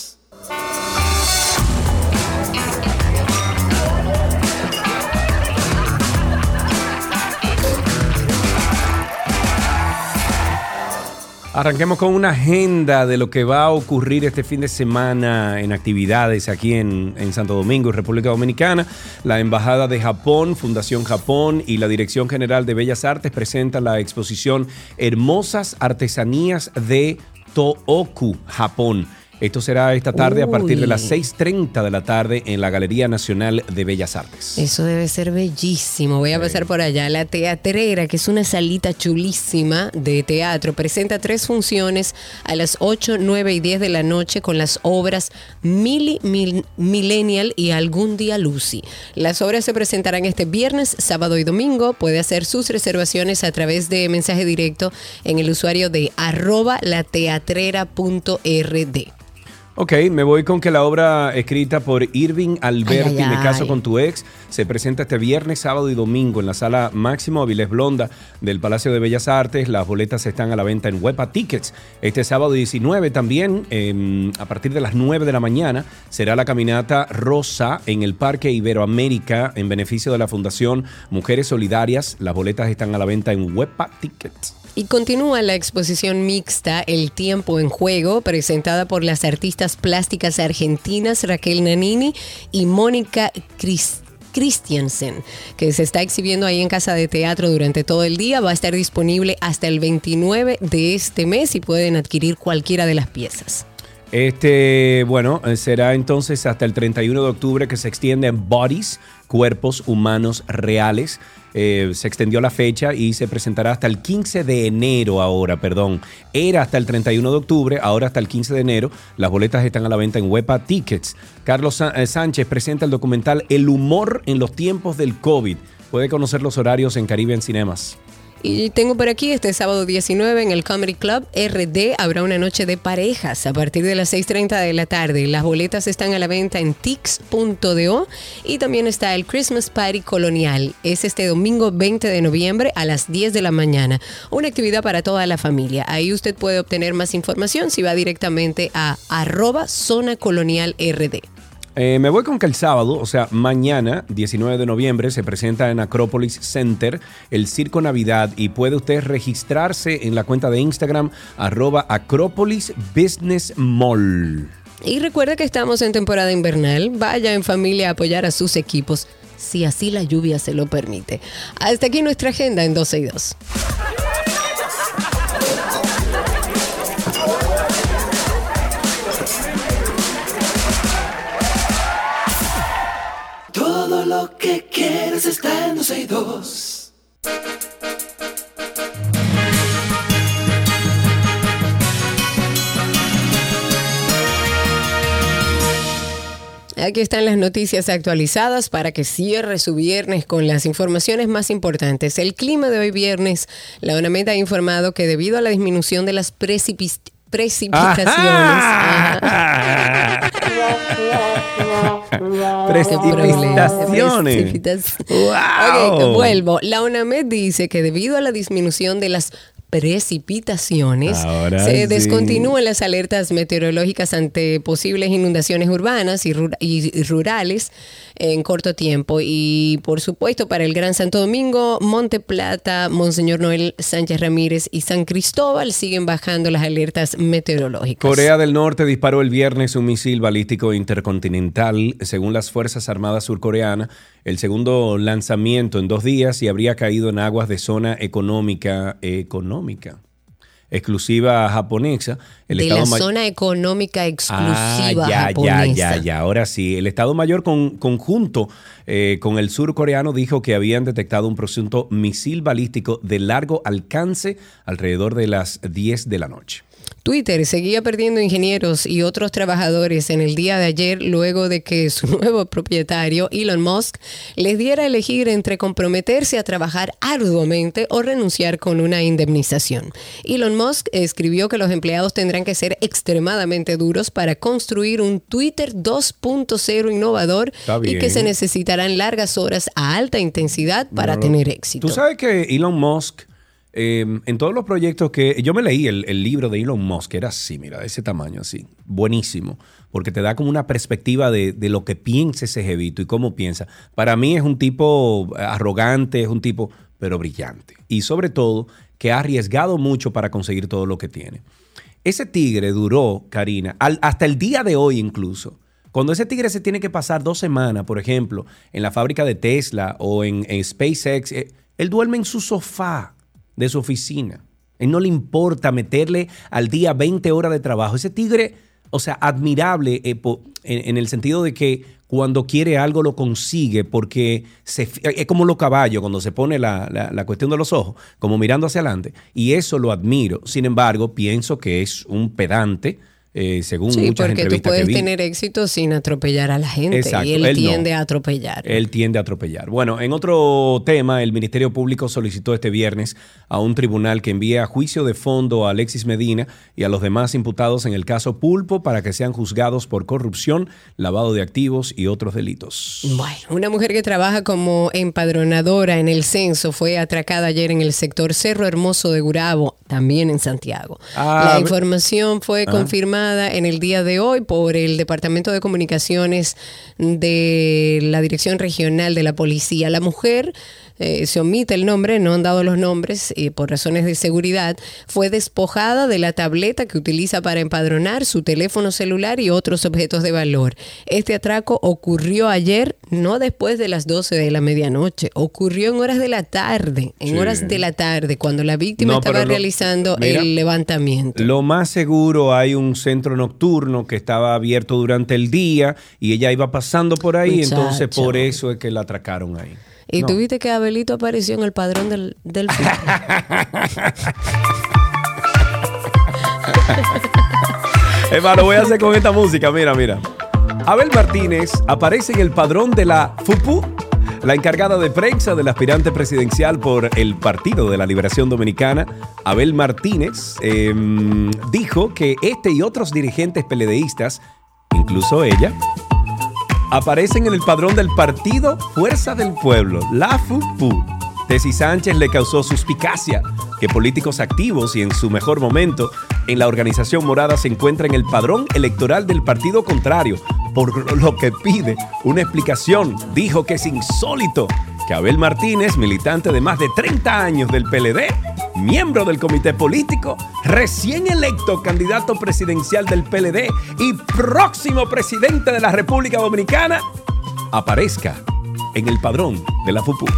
Arranquemos con una agenda de lo que va a ocurrir este fin de semana en actividades aquí en Santo Domingo y República Dominicana. La Embajada de Japón, Fundación Japón y la Dirección General de Bellas Artes presentan la exposición Hermosas Artesanías de Tohoku, Japón. Esto será esta tarde a partir de las 6:30 de la tarde en la Galería Nacional de Bellas Artes. Eso debe ser bellísimo. Voy a pasar por allá. La Teatrera, que es una salita chulísima de teatro, presenta 3 funciones a las 8, 9 y 10 de la noche con las obras Millennial y Algún Día Lucy. Las obras se presentarán este viernes, sábado y domingo. Puede hacer sus reservaciones a través de mensaje directo en el usuario de @lateatrera.rd. Ok, me voy con que la obra escrita por Irving Alberti, Me caso con tu ex, se presenta este viernes, sábado y domingo en la sala Máximo Avilés Blonda del Palacio de Bellas Artes. Las boletas están a la venta en Huepa Tickets. Este sábado 19 también, a partir de las 9 de la mañana, será la caminata rosa en el Parque Iberoamérica en beneficio de la Fundación Mujeres Solidarias. Las boletas están a la venta en Huepa Tickets. Y continúa la exposición mixta El Tiempo en Juego, presentada por las artistas plásticas argentinas Raquel Nanini y Mónica Christiansen, que se está exhibiendo ahí en Casa de Teatro durante todo el día. Va a estar disponible hasta el 29 de este mes y pueden adquirir cualquiera de las piezas. Será entonces hasta el 31 de octubre que se extiende en Bodies, Cuerpos Humanos Reales. Se extendió la fecha y se presentará hasta el 15 de enero Era hasta el 31 de octubre, ahora hasta el 15 de enero. Las boletas están a la venta en Huepa Tickets. Carlos Sánchez presenta el documental El humor en los tiempos del COVID. Puede conocer los horarios en Caribbean Cinemas. Y tengo por aquí este sábado 19 en el Comedy Club RD habrá una noche de parejas a partir de las 6:30 de la tarde. Las boletas están a la venta en tix.do y también está el Christmas Party Colonial. Es este domingo 20 de noviembre a las 10 de la mañana. Una actividad para toda la familia. Ahí usted puede obtener más información si va directamente a @zonacolonialrd. Me voy con que el sábado, o sea, mañana, 19 de noviembre, se presenta en Acropolis Center el Circo Navidad y puede usted registrarse en la cuenta de Instagram @Acropolis Business Mall. Y recuerda que estamos en temporada invernal. Vaya en familia a apoyar a sus equipos, si así la lluvia se lo permite. Hasta aquí nuestra agenda en 12 y 2. Todo lo que quieres está en 262. Aquí están las noticias actualizadas para que cierre su viernes con las informaciones más importantes. El clima de hoy viernes, la ONAMED ha informado que debido a la disminución de las precipitaciones. Precipitaciones. Ok, vuelvo. La ONAMED dice que debido a la disminución de las precipitaciones, se descontinúan las alertas meteorológicas ante posibles inundaciones urbanas y rurales en corto tiempo. Y por supuesto para el Gran Santo Domingo, Monte Plata, Monseñor Noel Sánchez Ramírez y San Cristóbal siguen bajando las alertas meteorológicas. Corea del Norte disparó el viernes un misil balístico intercontinental, según las Fuerzas Armadas surcoreanas, el segundo lanzamiento en 2 días y habría caído en aguas de zona económica exclusiva japonesa. Zona económica exclusiva japonesa. Ya. Ahora sí, el Estado Mayor conjunto con el surcoreano dijo que habían detectado un presunto misil balístico de largo alcance alrededor de las 10 de la noche. Twitter seguía perdiendo ingenieros y otros trabajadores en el día de ayer luego de que su nuevo propietario, Elon Musk, les diera a elegir entre comprometerse a trabajar arduamente o renunciar con una indemnización. Elon Musk escribió que los empleados tendrán que ser extremadamente duros para construir un Twitter 2.0 innovador y que se necesitarán largas horas a alta intensidad para tener éxito. Tú sabes que Elon Musk... en todos los proyectos que... Yo me leí el libro de Elon Musk, que era así, mira, de ese tamaño, así. Buenísimo. Porque te da como una perspectiva de lo que piensa ese jevito y cómo piensa. Para mí es un tipo arrogante, es un tipo, pero brillante. Y sobre todo, que ha arriesgado mucho para conseguir todo lo que tiene. Ese tigre duró, Karina, hasta el día de hoy incluso. Cuando ese tigre se tiene que pasar 2 semanas, por ejemplo, en la fábrica de Tesla o en SpaceX, él duerme en su sofá de su oficina. Él no le importa meterle al día 20 horas de trabajo. Ese tigre, o sea, admirable en el sentido de que cuando quiere algo lo consigue porque es como los caballos cuando se pone la cuestión de los ojos, como mirando hacia adelante. Y eso lo admiro. Sin embargo, pienso que es un pedante, según muchas entrevistas que vi. Sí, porque tú puedes tener éxito sin atropellar a la gente. Exacto. Y él tiende a atropellar. Él tiende a atropellar. Bueno, en otro tema, el Ministerio Público solicitó este viernes a un tribunal que envíe a juicio de fondo a Alexis Medina y a los demás imputados en el caso Pulpo para que sean juzgados por corrupción, lavado de activos y otros delitos. Bueno, una mujer que trabaja como empadronadora en el censo fue atracada ayer en el sector Cerro Hermoso de Gurabo, también en Santiago. La información fue confirmada en el día de hoy por el Departamento de Comunicaciones de la Dirección Regional de la Policía. La mujer, se omite el nombre, no han dado los nombres por razones de seguridad, fue despojada de la tableta que utiliza para empadronar, su teléfono celular y otros objetos de valor. Este atraco ocurrió ayer, no después de las 12 de la medianoche, ocurrió en horas de la tarde, cuando la víctima estaba realizando el levantamiento. Lo más seguro, hay un centro nocturno que estaba abierto durante el día y ella iba pasando por ahí, entonces por eso es que la atracaron ahí. Y tú viste que Abelito apareció en el padrón del Lo voy a hacer con esta música, mira. Abel Martínez aparece en el padrón de la FUPU. La encargada de prensa del aspirante presidencial por el Partido de la Liberación Dominicana, Abel Martínez, dijo que este y otros dirigentes PLDistas, incluso ella, aparecen en el padrón del Partido Fuerza del Pueblo, la FUPU. Tessy Sánchez le causó suspicacia que políticos activos y en su mejor momento en la organización morada se encuentran en el padrón electoral del partido contrario, por lo que pide una explicación. Dijo que es insólito que Abel Martínez, militante de más de 30 años del PLD, miembro del comité político, recién electo candidato presidencial del PLD y próximo presidente de la República Dominicana, aparezca en el padrón de la FUPU.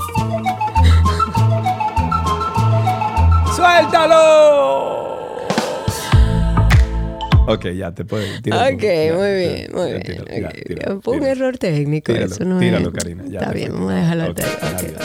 ¡Suéltalo! Ok, ya te puedes tirar. Ok, muy bien. Fue un error técnico. Tíralo, eso no tíralo, es. Karina. Ya está bien, vamos a dejarlo hasta ahí. Okay.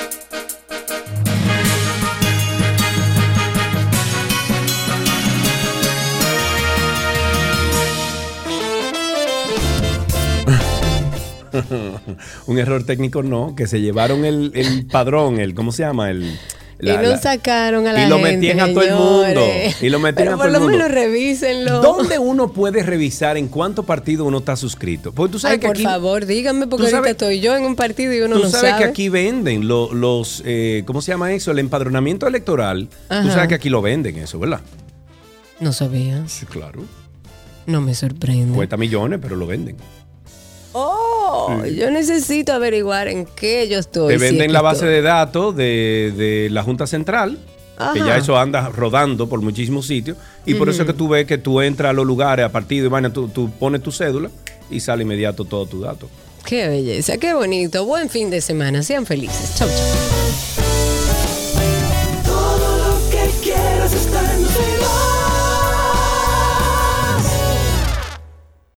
Un error técnico no, que se llevaron el padrón, ¿cómo se llama? Sacaron a la gente. Y lo metían a todo el mundo. Pero por lo menos revísenlo. ¿Dónde uno puede revisar en cuántos partidos uno está suscrito? Porque tú sabes que por aquí, favor, díganme, porque ahorita estoy yo en un partido y uno no sabe. Tú sabes que aquí venden los ¿cómo se llama eso? El empadronamiento electoral. Ajá. Tú sabes que aquí lo venden eso, ¿verdad? No sabía. Sí, claro. No me sorprende. Cuesta millones, pero lo venden. Sí. Yo necesito averiguar en qué yo estoy. Te venden la base de datos de la Junta Central. Ajá. Que ya eso anda rodando por muchísimos sitios. Y por eso es que tú ves que tú entras a los lugares a partir de tú pones tu cédula y sale inmediato todo tu dato. Qué belleza, qué bonito. Buen fin de semana. Sean felices. Chau, chau.